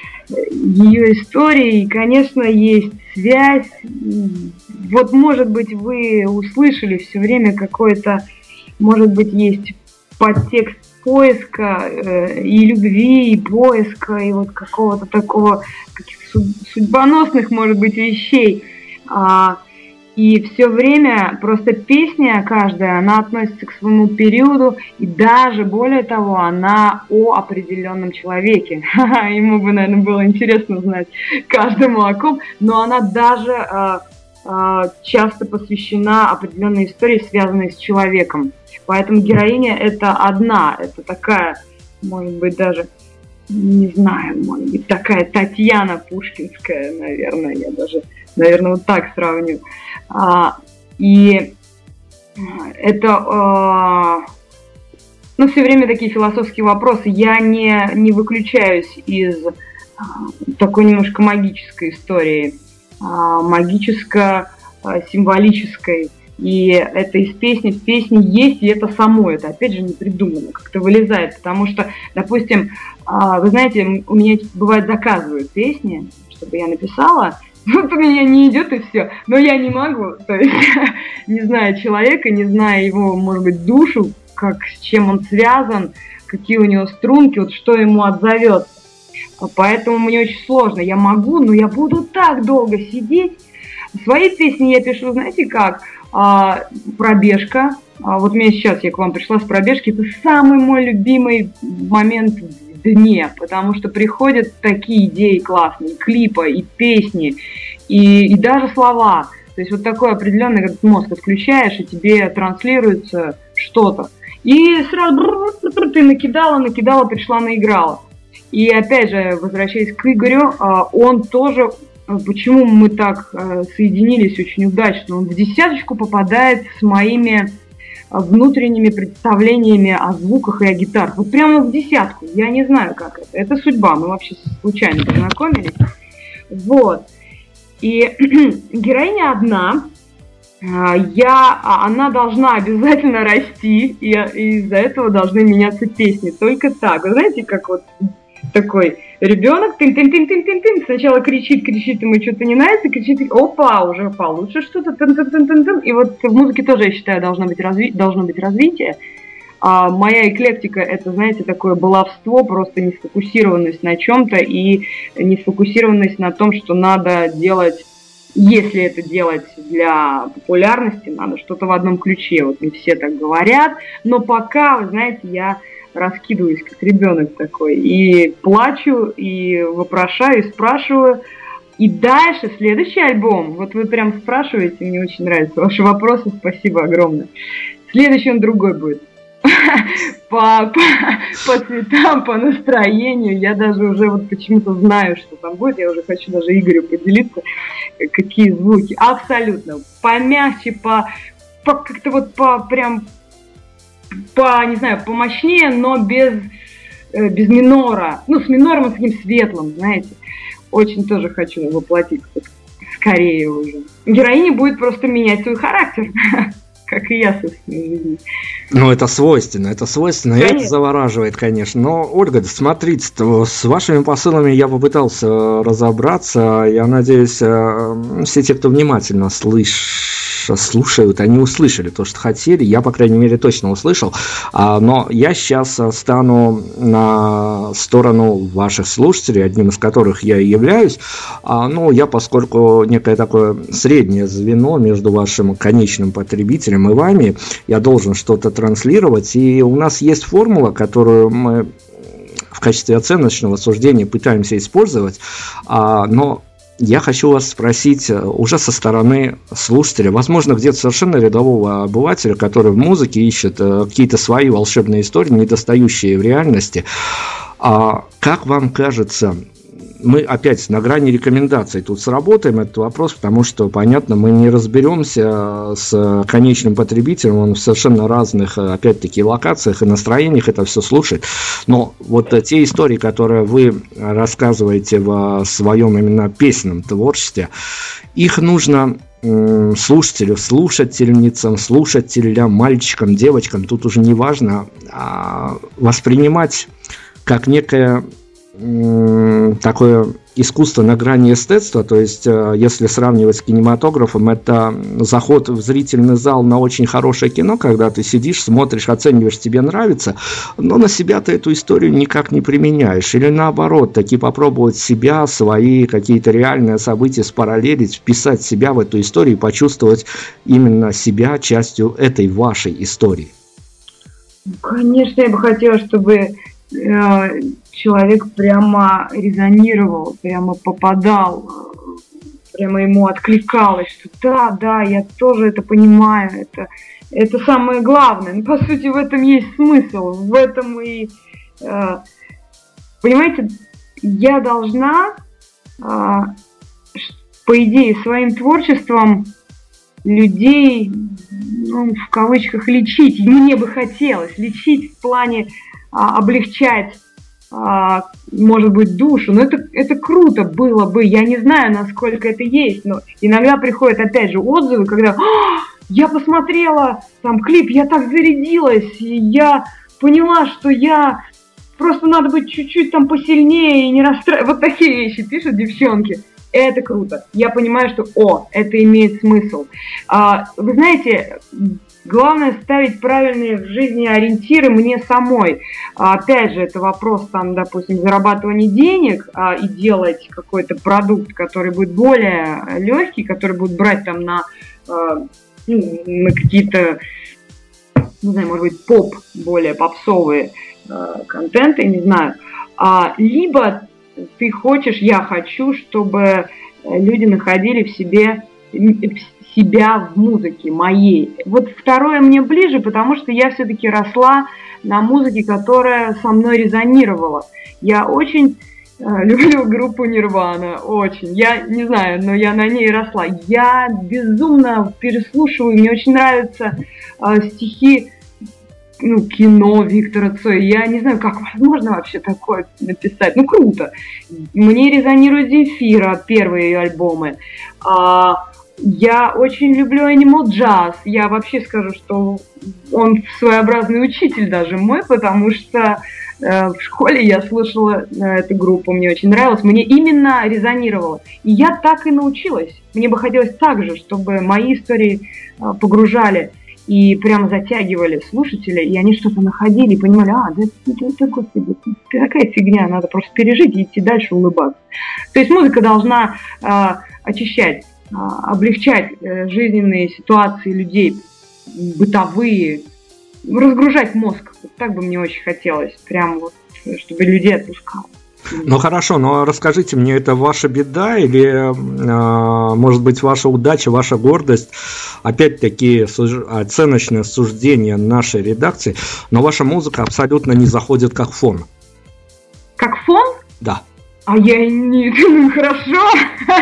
ее история, и, конечно, есть связь. Вот, может быть, вы услышали все время какой-то, может быть, есть подтекст поиска э, и любви, и поиска, и вот какого-то такого, каких-то судьбоносных, может быть, вещей. А, И все время просто песня каждая, она относится к своему периоду, и даже более того, она о определенном человеке. Ему бы, наверное, было интересно знать каждому о ком, но она даже э, э, часто посвящена определенной истории, связанной с человеком. Поэтому героиня это одна, это такая, может быть, даже, не знаю, может быть, такая Татьяна Пушкинская, наверное, я даже, наверное, вот так сравню. А, и это, а, ну, все время такие философские вопросы. Я не, не выключаюсь из а, такой немножко магической истории, а, магическо-символической. И это из песни в песне есть, и это само, это опять же не придумано, как-то вылезает. Потому что, допустим, а, вы знаете, у меня бывает заказывают песни, чтобы я написала. Вот у меня не идет и все, но я не могу, то есть не зная человека, не зная его, может быть, душу, как, с чем он связан, какие у него струнки, вот что ему отзовется. Поэтому мне очень сложно, я могу, но я буду так долго сидеть. Свои песни я пишу, знаете как, а, пробежка, а, вот мне сейчас, я к вам пришла с пробежки, это самый мой любимый момент в дне, потому что приходят такие идеи классные, клипа, и песни, и, и даже слова. То есть вот такой определенный, как мозг отключаешь, и тебе транслируется что-то. И сразу ты накидала, накидала, пришла, наиграла. И опять же, возвращаясь к Игорю, он тоже, почему мы так соединились очень удачно, он в десяточку попадает с моими внутренними представлениями о звуках и о гитарах. Вот прямо в десятку. Я не знаю, как это. Это судьба. Мы вообще случайно познакомились. Вот. И героиня одна. Я, она должна обязательно расти, и, и из-за этого должны меняться песни. Только так. Вы знаете, как вот такой ребенок тын-тын-тын-тын-тын-тын, сначала кричит, кричит, ему что-то не нравится, кричит, опа, уже получше что-то, тын-тын-тын-тын. И вот в музыке тоже, я считаю, должно быть, разви... должно быть развитие. А моя эклектика — это, знаете, такое баловство, просто несфокусированность на чем-то и несфокусированность на том, что надо делать, если это делать для популярности, надо что-то в одном ключе. Вот не все так говорят, но пока, вы знаете, я раскидываюсь, как ребенок такой, и плачу, и вопрошаю, и спрашиваю. И дальше, следующий альбом, вот вы прям спрашиваете, мне очень нравятся ваши вопросы, спасибо огромное. Следующий он другой будет. По, по, по цветам, по настроению, я даже уже вот почему-то знаю, что там будет, я уже хочу даже Игорю поделиться, какие звуки. Абсолютно. Помягче, по, по как-то вот по прям по, не знаю, помощнее, но без, э, без минора. Ну, с минором и с таким светлым, знаете. Очень тоже хочу воплотить скорее уже. Героиня будет просто менять свой характер, как и я, собственно, в жизни. Ну, это свойственно, это свойственно, и это завораживает, конечно. Но, Ольга, смотрите, с вашими посылами я попытался разобраться. Я надеюсь, все те, кто внимательно слышал вас слушают, они услышали то, что хотели. Я, по крайней мере, точно услышал. А, но я сейчас стану на сторону ваших слушателей, одним из которых я и являюсь. А, ну, я, поскольку некое такое среднее звено между вашим конечным потребителем и вами, я должен что-то транслировать. И у нас есть формула, которую мы в качестве оценочного суждения пытаемся использовать, а, но я хочу вас спросить уже со стороны слушателя, возможно, где-то совершенно рядового обывателя, который в музыке ищет какие-то свои волшебные истории, недостающие в реальности. А как вам кажется, мы опять на грани рекомендаций тут сработаем этот вопрос, потому что, понятно, мы не разберемся с конечным потребителем, он в совершенно разных, опять-таки, локациях и настроениях это все слушает. Но вот те истории, которые вы рассказываете в своем именно песенном творчестве, их нужно слушателю, слушательницам, слушателям, мальчикам, девочкам, тут уже не важно, воспринимать как некое такое искусство на грани эстетства, то есть если сравнивать с кинематографом, это заход в зрительный зал на очень хорошее кино, когда ты сидишь, смотришь, оцениваешь, тебе нравится, но на себя ты эту историю никак не применяешь, или наоборот, таки попробовать себя, свои какие-то реальные события спараллелить, вписать себя в эту историю и почувствовать именно себя частью этой вашей истории. Конечно, я бы хотела, чтобы человек прямо резонировал, прямо попадал, прямо ему откликалось, что да, да, я тоже это понимаю, это, это самое главное. Ну, по сути, в этом есть смысл, в этом и, э, понимаете, я должна, э, по идее, своим творчеством людей, ну, в кавычках, лечить. Мне бы хотелось лечить в плане а, облегчать, а, может быть, душу. Но это, это круто было бы. Я не знаю, насколько это есть, но иногда приходят, опять же, отзывы, когда я посмотрела там клип, я так зарядилась, и я поняла, что я просто надо быть чуть-чуть там посильнее и не расстраиваться. Вот такие вещи пишут девчонки. Это круто. Я понимаю, что, о, это имеет смысл. А, вы знаете, главное ставить правильные в жизни ориентиры мне самой. А, опять же, это вопрос, там, допустим, зарабатывания денег а, и делать какой-то продукт, который будет более легкий, который будет брать там на, а, ну, на какие-то, не знаю, может быть, поп, более попсовые а, контенты, не знаю. А, либо ты хочешь, я хочу, чтобы люди находили в себе себя в музыке моей. Вот второе мне ближе, потому что я все-таки росла на музыке, которая со мной резонировала. Я очень э, люблю группу Nirvana, очень. Я не знаю, но я на ней росла. Я безумно переслушиваю, мне очень нравятся э, стихи, ну, кино Виктора Цоя. Я не знаю, как возможно вообще такое написать. Ну, круто. Мне резонирует Земфира, первые ее альбомы. А, я очень люблю Animal Jazz. Я вообще скажу, что он своеобразный учитель даже мой, потому что э, в школе я слушала э, эту группу, мне очень нравилось. Мне именно резонировало. И я так и научилась. Мне бы хотелось так же, чтобы мои истории э, погружали и прямо затягивали слушателей, и они что-то находили и понимали, а, да, это, это, господи, это такая фигня, надо просто пережить и идти дальше улыбаться. То есть музыка должна э, очищать, э, облегчать э, жизненные ситуации людей, бытовые, разгружать мозг. Вот так бы мне очень хотелось, прям вот, чтобы людей отпускало. Ну хорошо, но расскажите мне, это ваша беда или, э, может быть, ваша удача, ваша гордость? Опять-таки суж... оценочное суждение нашей редакции, но ваша музыка абсолютно не заходит как фон. Как фон? Да. А я не... Ну, хорошо.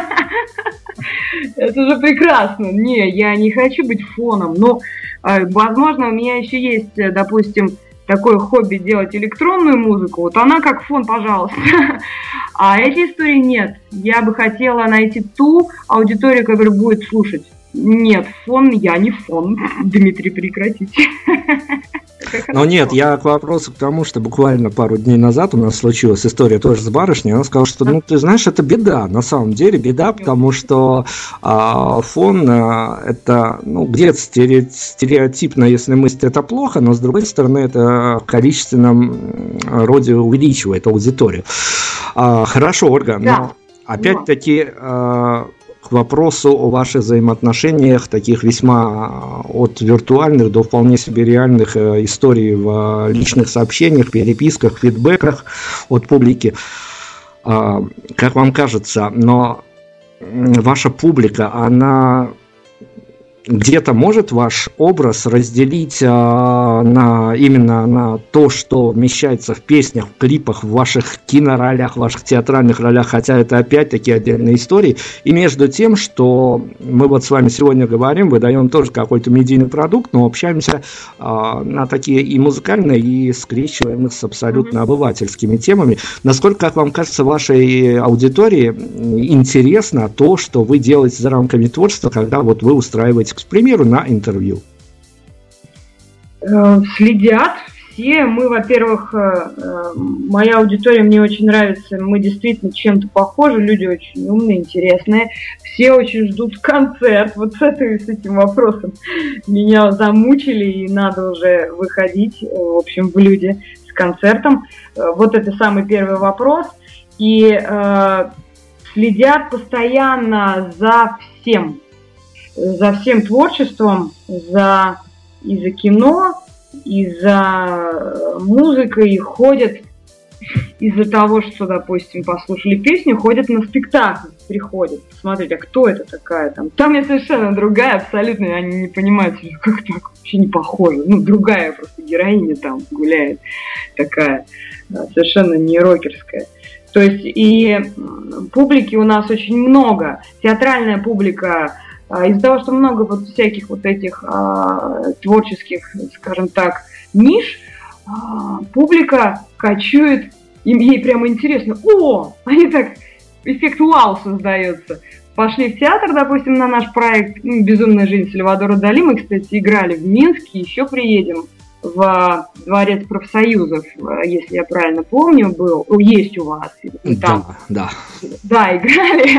Это же прекрасно. Не, я не хочу быть фоном, но, возможно, у меня еще есть, допустим, такое хобби делать электронную музыку, вот она как фон, пожалуйста. А эти истории нет. Я бы хотела найти ту аудиторию, которая будет слушать Нет, фон, я не фон. Дмитрий, прекратите. Но нет, я к вопросу к тому, что буквально пару дней назад у нас случилась история тоже с барышней. Она сказала, что, ну, ты знаешь, это беда, на самом деле беда, потому что а, фон а, это, ну, где-то стереотипно, если мыслить, это плохо, но с другой стороны, это в количественном роде увеличивает аудиторию. А, хорошо, Ольга, да. но опять-таки... А, к вопросу о ваших взаимоотношениях, таких весьма от виртуальных до вполне себе реальных историй в личных сообщениях, переписках, фидбэках от публики. Как вам кажется, но ваша публика, она где-то может ваш образ разделить а, на, именно на то, что вмещается в песнях, в клипах, в ваших киноролях, в ваших театральных ролях, хотя это опять-таки отдельные истории, и между тем, что мы вот с вами сегодня говорим, выдаем тоже какой-то медийный продукт, но общаемся а, на такие и музыкальные, и скрещиваем их с абсолютно обывательскими темами. Насколько, как вам кажется, вашей аудитории интересно то, что вы делаете за рамками творчества, когда вот вы устраиваете, к примеру, на интервью? Следят все. Мы, во-первых, моя аудитория мне очень нравится. Мы действительно чем-то похожи. Люди очень умные, интересные. Все очень ждут концерт. Вот с, этой, с этим вопросом меня замучили, и надо уже выходить, в общем, в люди с концертом. Вот это самый первый вопрос. И э, следят постоянно за всем. За всем творчеством, за, и за кино, и за музыкой, и ходят из-за того, что, допустим, послушали песню, ходят на спектакль, приходят посмотреть, а кто это такая там. Там я совершенно другая, абсолютно, они не понимают, как так, вообще не похоже. Ну, другая просто героиня там гуляет, такая, совершенно не рокерская. То есть и публики у нас очень много, театральная публика. Из-за того, что много вот всяких вот этих а, творческих, скажем так, ниш, а, публика кочует, им, ей прямо интересно. О, они так, эффект вау создается. Пошли в театр, допустим, на наш проект ну, «Безумная жизнь» Сальвадора Дали. Мы, кстати, играли в Минске, еще приедем в Дворец профсоюзов, если я правильно помню, был, есть у вас. Там, да, да. Да, играли.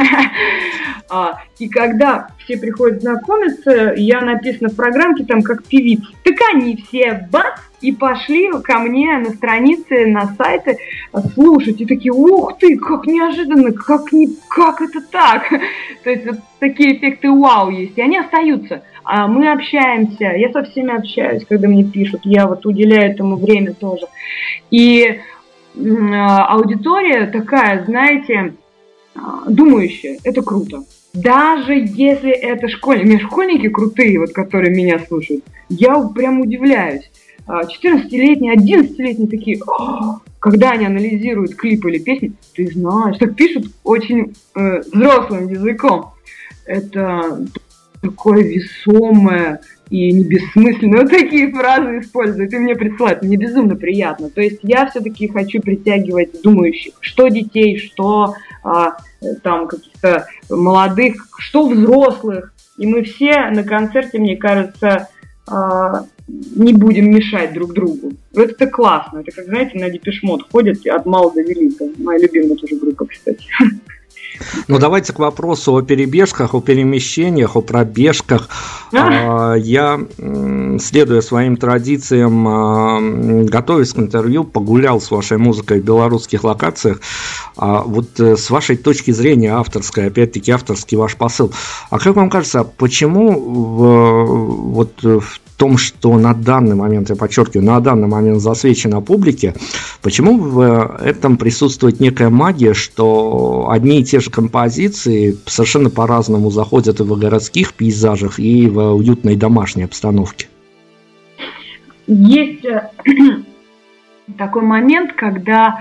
И когда все приходят знакомиться, я написана в программке там как певица. Так они все бац, и пошли ко мне на страницы, на сайты слушать. И такие, ух ты, как неожиданно, как, не, как это так? То есть вот такие эффекты вау есть, и они остаются. А мы общаемся, я со всеми общаюсь, когда мне пишут, я вот уделяю этому время тоже. И э, аудитория такая, знаете, э, думающая, это круто. Даже если это школьники, у меня школьники крутые, вот, которые меня слушают, я прям удивляюсь. четырнадцатилетние, одиннадцатилетние такие, когда они анализируют клипы или песни, ты знаешь, так пишут очень э, взрослым языком. Это такое весомое и не бессмысленное. Вот такие фразы используют, и мне присылают. Мне безумно приятно. То есть я все-таки хочу притягивать думающих, что детей, что а, там каких-то молодых, что взрослых. И мы все на концерте, мне кажется, а, не будем мешать друг другу. Вот это классно. Это, как, знаете, на Депеш Мод ходят от мала до велика. Моя любимая тоже группа, кстати. Ну, давайте к вопросу о перебежках, о перемещениях, о пробежках. А? Я, следуя своим традициям, готовясь к интервью, погулял с вашей музыкой в белорусских локациях. Вот с вашей точки зрения авторской, опять-таки авторский ваш посыл. А как вам кажется, почему в, вот в том, что на данный момент, я подчеркиваю, на данный момент засвечено публике, почему в этом присутствует некая магия, что одни и те же композиции совершенно по-разному заходят и в городских пейзажах, и в уютной домашней обстановке? Есть такой момент, когда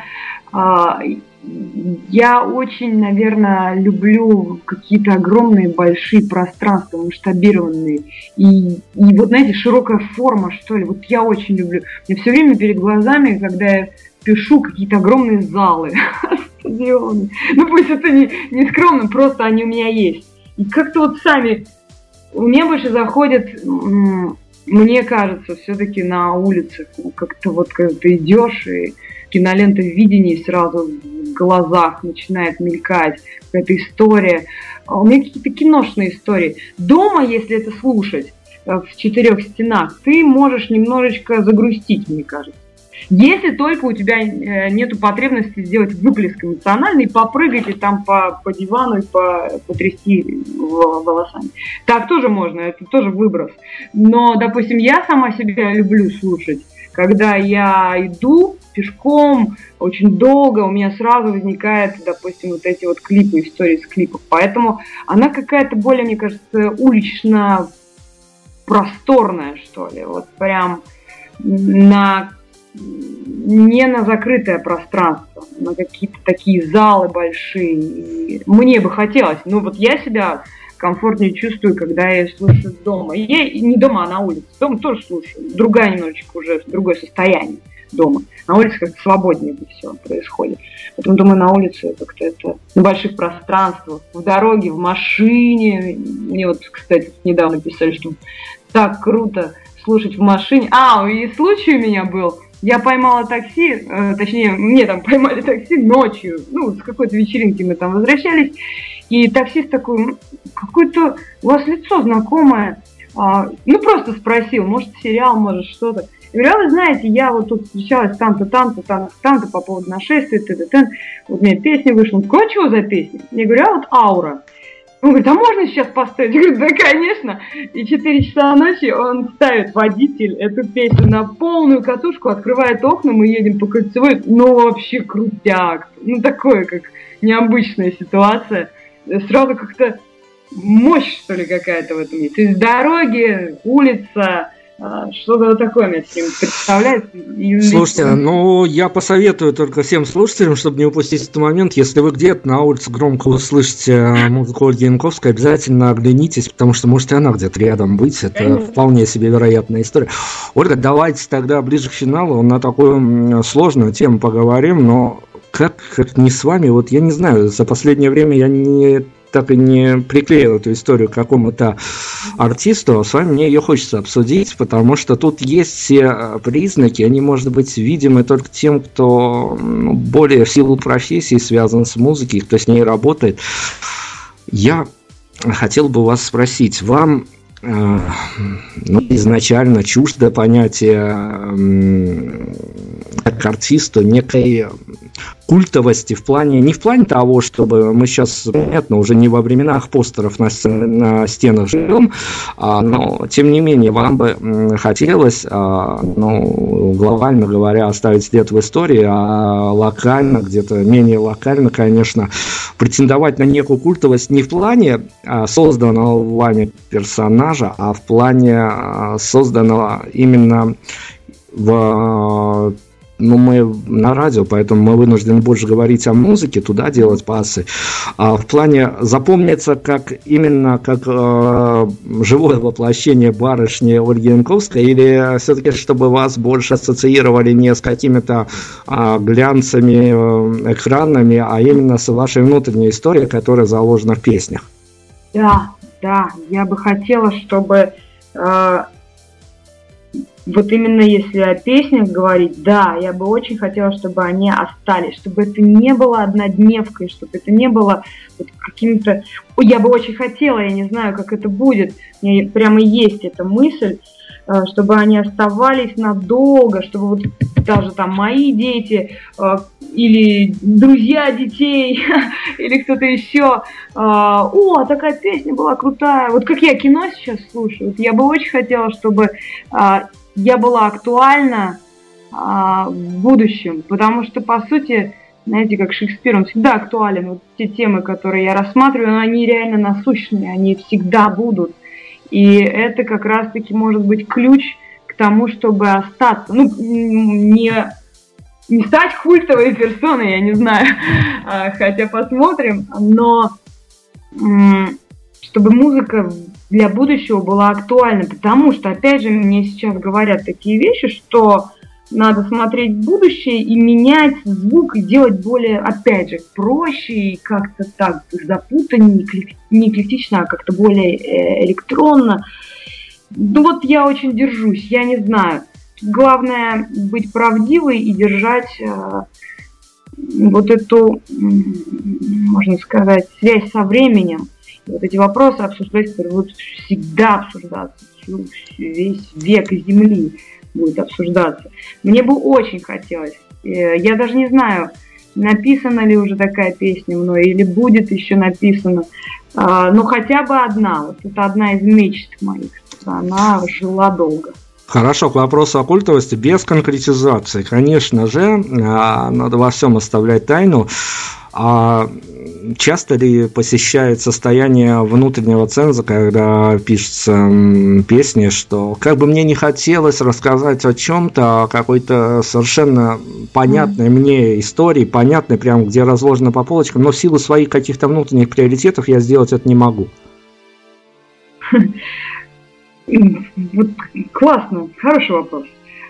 я очень, наверное, люблю какие-то огромные, большие пространства, масштабированные. И, и вот, знаете, широкая форма, что ли. Вот я очень люблю. У меня все время перед глазами, когда я пишу, какие-то огромные залы, стадионы. Ну, пусть это не, не скромно, просто они у меня есть. И как-то вот сами мне больше заходит, мне кажется, все-таки на улицах. Как-то вот когда ты идешь, и кинолента в видении сразу в глазах начинает мелькать, какая-то история. У меня какие-то киношные истории. Дома, если это слушать в четырех стенах, ты можешь немножечко загрустить, мне кажется. Если только у тебя нет потребности сделать выплеск эмоциональный, попрыгать и там по, по дивану и по, потрясти волосами. Так тоже можно, это тоже выброс. Но, допустим, я сама себя люблю слушать. Когда я иду пешком очень долго, у меня сразу возникают, допустим, вот эти вот клипы, истории с клипов. Поэтому она какая-то более, мне кажется, улично-просторная, что ли. Вот прям на... не на закрытое пространство, на какие-то такие залы большие. И мне бы хотелось, ну вот я себя комфортнее чувствую, когда я слушаю дома. Я не дома, а на улице. Дома тоже слушаю. Другая немножечко уже, другое состояние дома. На улице как-то свободнее это все происходит. Поэтому, думаю, на улице как-то это на больших пространствах, в дороге, в машине. Мне вот, кстати, недавно писали, что так круто слушать в машине. А, и случай у меня был. Я поймала такси, э, точнее, мне там поймали такси ночью, ну, с какой-то вечеринки мы там возвращались, и таксист такой, какое-то у вас лицо знакомое, а, ну, просто спросил, может, сериал, может, что-то. Я говорю, а вы знаете, я вот тут встречалась там-то, там-то, там-то, там-то по поводу нашествия, т.д. Вот у меня песня вышла. Он такой, а что за песня? Я говорю, а вот «Аура». Он говорит, а можно сейчас поставить? Я говорю, да, конечно. И четыре часа ночи он ставит, водитель, эту песню на полную катушку, открывает окна, мы едем по Кольцевой. Ну, вообще крутяк. Ну, такое, как необычная ситуация. Сразу как-то мощь, что ли, какая-то в этом есть. То есть дороги, улица... Что-то такое мне все представляется. Слушайте, ну я посоветую только всем слушателям, чтобы не упустить этот момент, если вы где-то на улице громко услышите музыку Ольги Янковской, обязательно оглянитесь, потому что может и она где-то рядом быть. Это Конечно. Вполне себе вероятная история. Ольга, давайте тогда ближе к финалу на такую сложную тему поговорим, но как, как не с вами, вот я не знаю, за последнее время я не... так и не приклеил эту историю к какому-то артисту, а с вами мне ее хочется обсудить, потому что тут есть все признаки, они, может быть, видимы только тем, кто ну, более в силу профессии связан с музыкой, кто с ней работает. Я хотел бы вас спросить, вам э, ну, изначально чуждо понятие э, как артисту некой культовости в плане, не в плане того, чтобы мы сейчас, понятно, уже не во временах постеров на, на стенах живем, а, но, тем не менее, вам бы хотелось, а, ну, глобально говоря, оставить след в истории, а локально, где-то менее локально, конечно, претендовать на некую культовость не в плане а, созданного вами персонажа, а в плане а, созданного именно в... Ну, мы на радио, поэтому мы вынуждены больше говорить о музыке, туда делать пасы. А в плане запомниться как именно как э, живое воплощение барышни Ольги Янковской, или все-таки, чтобы вас больше ассоциировали не с какими-то э, глянцами э, экранами, а именно с вашей внутренней историей, которая заложена в песнях? Да, да, я бы хотела, чтобы... Э... Вот именно если о песнях говорить, да, я бы очень хотела, чтобы они остались, чтобы это не было однодневкой, чтобы это не было вот каким-то... Я бы очень хотела, я не знаю, как это будет, у меня прямо есть эта мысль, чтобы они оставались надолго, чтобы вот даже там мои дети или друзья детей, или кто-то еще, о, такая песня была крутая, вот как я кино сейчас слушаю, вот я бы очень хотела, чтобы... я была актуальна а, в будущем, потому что, по сути, знаете, как Шекспир, он всегда актуален. Вот те темы, которые я рассматриваю, они реально насущные, они всегда будут. И это как раз-таки может быть ключ к тому, чтобы остаться. Ну, не, не стать культовой персоной, я не знаю, хотя посмотрим, но чтобы музыка для будущего была актуальна, потому что, опять же, мне сейчас говорят такие вещи, что надо смотреть в будущее и менять звук, и делать более, опять же, проще и как-то так запутаннее, не эклектично, а как-то более электронно. Ну вот я очень держусь, я не знаю. Главное быть правдивой и держать э, вот эту, можно сказать, связь со временем. И вот эти вопросы обсуждать, которые будут всегда обсуждаться, весь век Земли будет обсуждаться. Мне бы очень хотелось, я даже не знаю, написана ли уже такая песня мной или будет еще написана, но хотя бы одна, вот это одна из мечт моих, она жила долго. Хорошо, к вопросу о культовости без конкретизации. Конечно же, надо во всем оставлять тайну. А часто ли посещает состояние внутреннего ценза, когда пишется песни, что как бы мне не хотелось рассказать о чем-то, о какой-то совершенно понятной мне истории, понятной прям, где разложено по полочкам, но в силу своих каких-то внутренних приоритетов я сделать это не могу? Вот классно, хороший вопрос.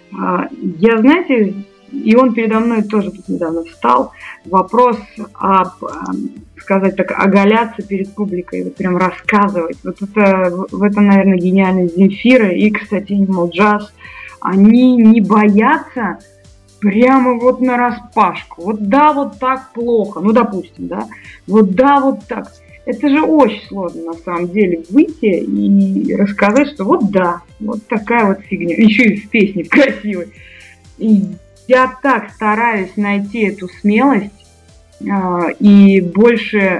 Я, знаете, и он передо мной тоже тут недавно встал. Вопрос об, сказать так, оголяться перед публикой, вот прям рассказывать. Вот это, в этом, наверное, гениальность Земфира и, кстати, Animal Jazz. Они не боятся прямо вот нараспашку. Вот да, вот так плохо. Ну, допустим, да. Вот да, вот так. Это же очень сложно, на самом деле, выйти и рассказать, что вот да, вот такая вот фигня. Еще и в песне красивой. И я так стараюсь найти эту смелость э, и больше,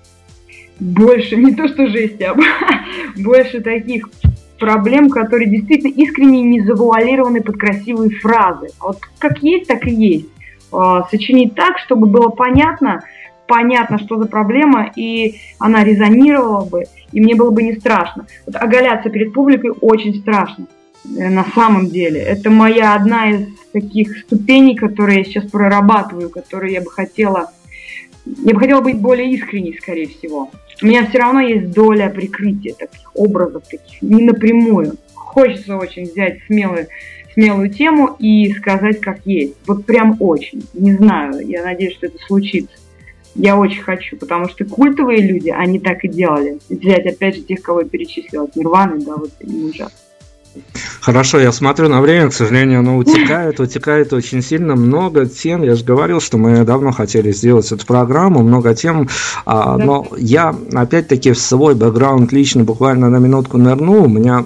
больше, не то что жести, а больше таких проблем, которые действительно искренне не завуалированы под красивые фразы. А вот как есть, так и есть. Э, сочинить так, чтобы было понятно, понятно, что за проблема, и она резонировала бы, и мне было бы не страшно. Вот оголяться перед публикой очень страшно. На самом деле. Это моя одна из таких ступеней, которые я сейчас прорабатываю, которые я бы хотела... Я бы хотела быть более искренней, скорее всего. У меня все равно есть доля прикрытия таких образов, таких не напрямую. Хочется очень взять смелую, смелую тему и сказать, как есть. Вот прям очень. Не знаю, я надеюсь, что это случится. Я очень хочу, потому что культовые люди, они так и делали. Взять, опять же, тех, кого я перечислила, от Нирваны, да, вот и ужас. Хорошо, я смотрю на время, к сожалению, оно утекает, утекает очень сильно, много тем, я же говорил, что мы давно хотели сделать эту программу, много тем, а, но я, опять-таки, в свой бэкграунд лично буквально на минутку нырну, у меня,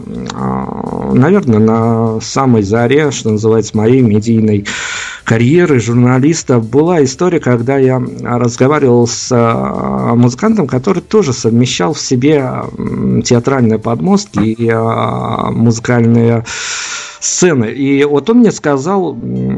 а, наверное, на самой заре, что называется, моей медийной карьеры журналиста была история, когда я разговаривал с музыкантом, который тоже совмещал в себе театральные подмостки и музыкальные сцены. И вот он мне сказал,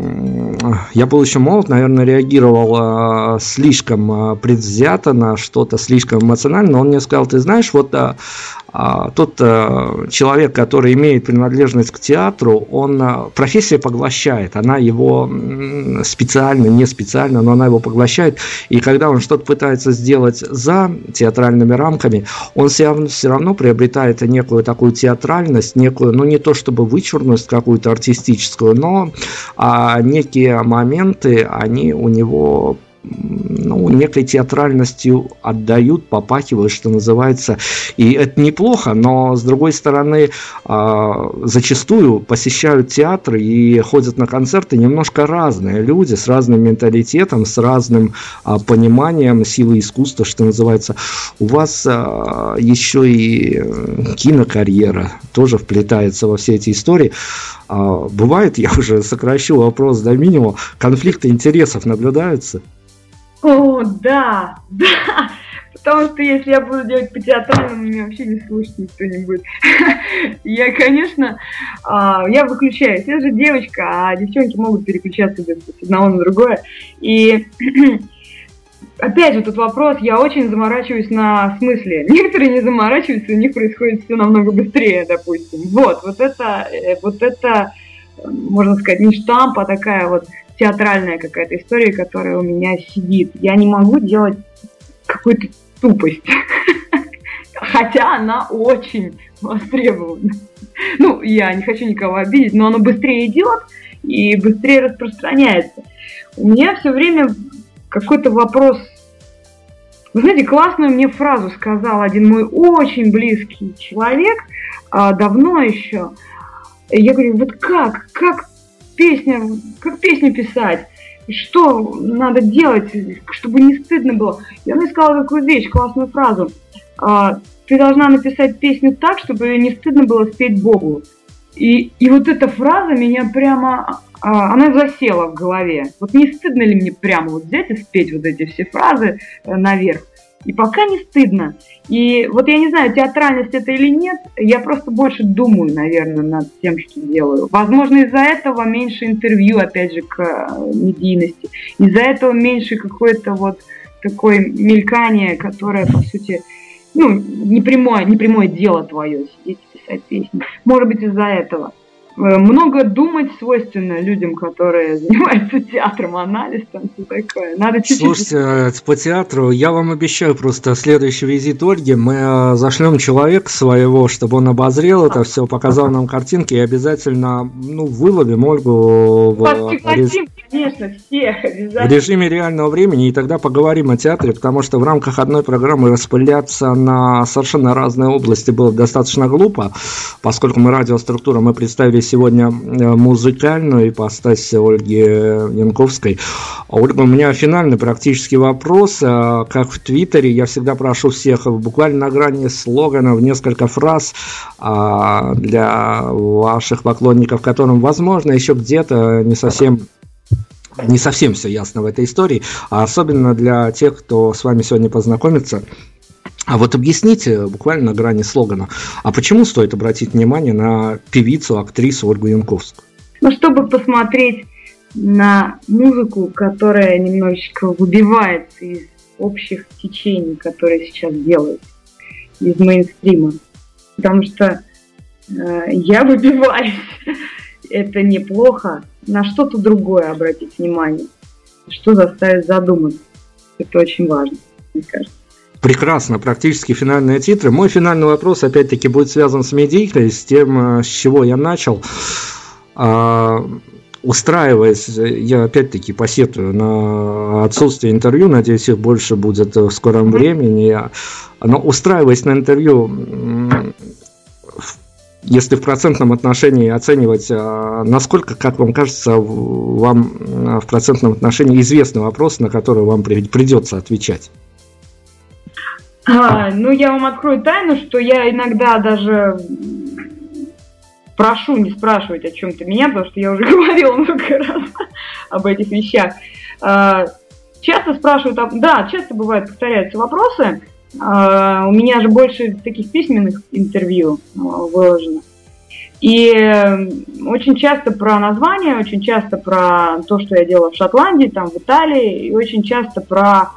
я был еще молод, наверное, реагировал слишком предвзято на что-то, слишком эмоционально, но он мне сказал, ты знаешь, вот тот человек, который имеет принадлежность к театру, он профессия поглощает, она его специально, не специально, но она его поглощает, и когда он что-то пытается сделать за театральными рамками, он все равно, все равно приобретает некую такую театральность, некую, ну не то чтобы вычурность какую-то артистическую, но а, некие моменты, они у него, ну, некой театральностью отдают, попахивают, что называется. И это неплохо, но, с другой стороны, зачастую посещают театры и ходят на концерты немножко разные люди, с разным менталитетом, с разным пониманием силы искусства, что называется. У вас еще и кинокарьера тоже вплетается во все эти истории. Бывает, я уже сокращу вопрос до минимума, конфликты интересов наблюдаются? О, да, да, потому что если я буду делать по театральному, меня вообще не слушать никто не будет. Я, конечно, я выключаюсь, я же девочка, а девчонки могут переключаться с одного на другое. И опять же, тут вопрос, я очень заморачиваюсь на смысле. Некоторые не заморачиваются, у них происходит все намного быстрее, допустим. Вот, вот это, вот это, можно сказать, не штамп, а такая вот театральная какая-то история, которая у меня сидит. Я не могу делать какую-то тупость. Хотя она очень востребована. Ну, я не хочу никого обидеть, но оно быстрее идет, и быстрее распространяется. У меня все время какой-то вопрос. Вы знаете, классную мне фразу сказал один мой очень близкий человек, давно еще. Я говорю, вот как, как песня, как песню писать? Что надо делать, чтобы не стыдно было? И он мне сказал такую вещь, классную фразу. Ты должна написать песню так, чтобы не стыдно было спеть Богу. И, и вот эта фраза меня прямо, она засела в голове. Вот не стыдно ли мне прямо вот взять и спеть вот эти все фразы наверх? И пока не стыдно. И вот я не знаю, театральность это или нет, я просто больше думаю, наверное, над тем, что делаю. Возможно, из-за этого меньше интервью, опять же, к медийности. Из-за этого меньше какое-то вот такое мелькание, которое, по сути, ну, не прямое, не прямое дело твое, сидеть и писать песни. Может быть, из-за этого. Много думать свойственно людям, которые занимаются театром, анализ, там все такое. Надо чуть-чуть... Слушайте, по театру я вам обещаю просто следующий визит Ольги. Мы зашлем человека своего, чтобы он обозрел это все, показал нам картинки и обязательно ну, выловим Ольгу в, реж... конечно, всех обязательно. в режиме реального времени, и тогда поговорим о театре, потому что в рамках одной программы распыляться на совершенно разные области было достаточно глупо, поскольку мы радиоструктура, мы представили сегодня музыкальную ипостась Ольги Янковской. Ольга, у меня финальный практически вопрос. Как в Твиттере, я всегда прошу всех буквально на грани слогана в несколько фраз для ваших поклонников, которым, возможно, еще где-то не совсем не совсем все ясно в этой истории, а особенно для тех, кто с вами сегодня познакомится. А вот объясните буквально на грани слогана, а почему стоит обратить внимание на певицу, актрису Ольгу Янковскую? Ну, чтобы посмотреть на музыку, которая немножечко выбивается из общих течений, которые сейчас делают, из мейнстрима. Потому что э, я выбиваюсь, это неплохо. На что-то другое обратить внимание, что заставит задуматься. Это очень важно, мне кажется. Прекрасно, практически финальные титры. Мой финальный вопрос, опять-таки, будет связан с медийкой, с тем, с чего я начал. А, устраиваясь, я опять-таки посетую на отсутствие интервью, надеюсь, их больше будет в скором времени, но устраиваясь на интервью, если в процентном отношении оценивать, насколько, как вам кажется, вам в процентном отношении известны вопросы, на которые вам придется отвечать? А, ну, я вам открою тайну, что я иногда даже прошу не спрашивать о чем-то меня, потому что я уже говорила много раз об этих вещах. А, часто спрашивают, да, часто бывает повторяются вопросы. А, у меня же больше таких письменных интервью выложено. И очень часто про название, очень часто про то, что я делала в Шотландии, там в Италии, и очень часто про...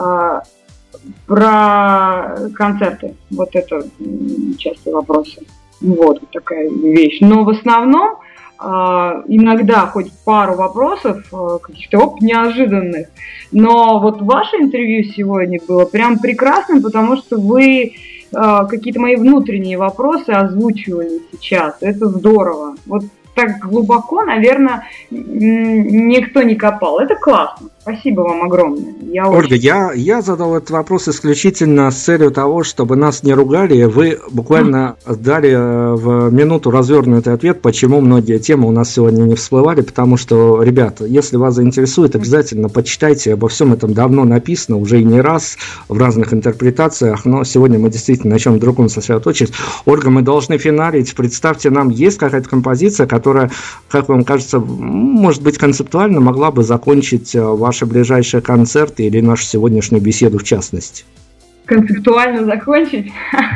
Про концерты. Вот это частые вопросы. Вот такая вещь. Но в основном иногда хоть пару вопросов, каких-то оп, неожиданных. Но вот ваше интервью сегодня было прям прекрасным, потому что вы какие-то мои внутренние вопросы озвучивали сейчас. Это здорово. Вот так глубоко, наверное, никто не копал. Это классно. Спасибо вам огромное. Я Ольга, очень... я, я задал этот вопрос исключительно с целью того, чтобы нас не ругали. Вы буквально дали в минуту развернутый ответ, почему многие темы у нас сегодня не всплывали. Потому что, ребята, если вас заинтересует, обязательно почитайте. Обо всем этом давно написано, уже и не раз в разных интерпретациях. Но сегодня мы действительно на чем другом сосредоточились. Ольга, мы должны финалить. Представьте, нам есть какая-то композиция, которая, как вам кажется, может быть, концептуально могла бы закончить ваш ваши ближайшие концерты или нашу сегодняшнюю беседу в частности? Концептуально закончить?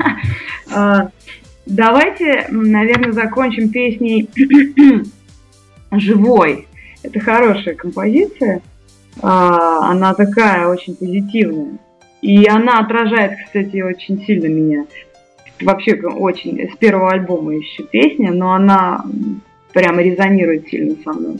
Давайте, наверное, закончим песней «Живой». Это хорошая композиция. Она такая очень позитивная. И она отражает, кстати, очень сильно меня. Вообще очень с первого альбома еще песня, но она прямо резонирует сильно со мной.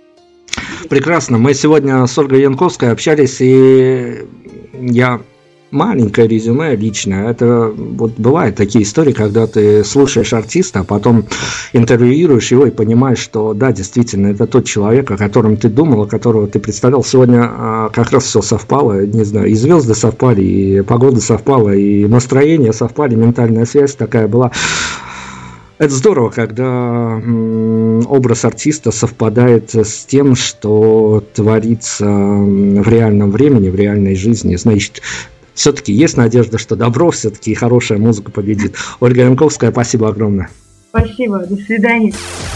Прекрасно. Мы сегодня с Ольгой Янковской общались, и я маленькое резюме личное. Это вот бывают такие истории, когда ты слушаешь артиста, а потом интервьюируешь его и понимаешь, что да, действительно, это тот человек, о котором ты думал, о которого ты представлял. Сегодня а, как раз все совпало, не знаю, и звезды совпали, и погода совпала, и настроение совпали, ментальная связь такая была. Это здорово, когда м, образ артиста совпадает с тем, что творится в реальном времени, в реальной жизни. Значит, все-таки есть надежда, что добро, все-таки хорошая музыка победит. Ольга Янковская, спасибо огромное. Спасибо, до свидания.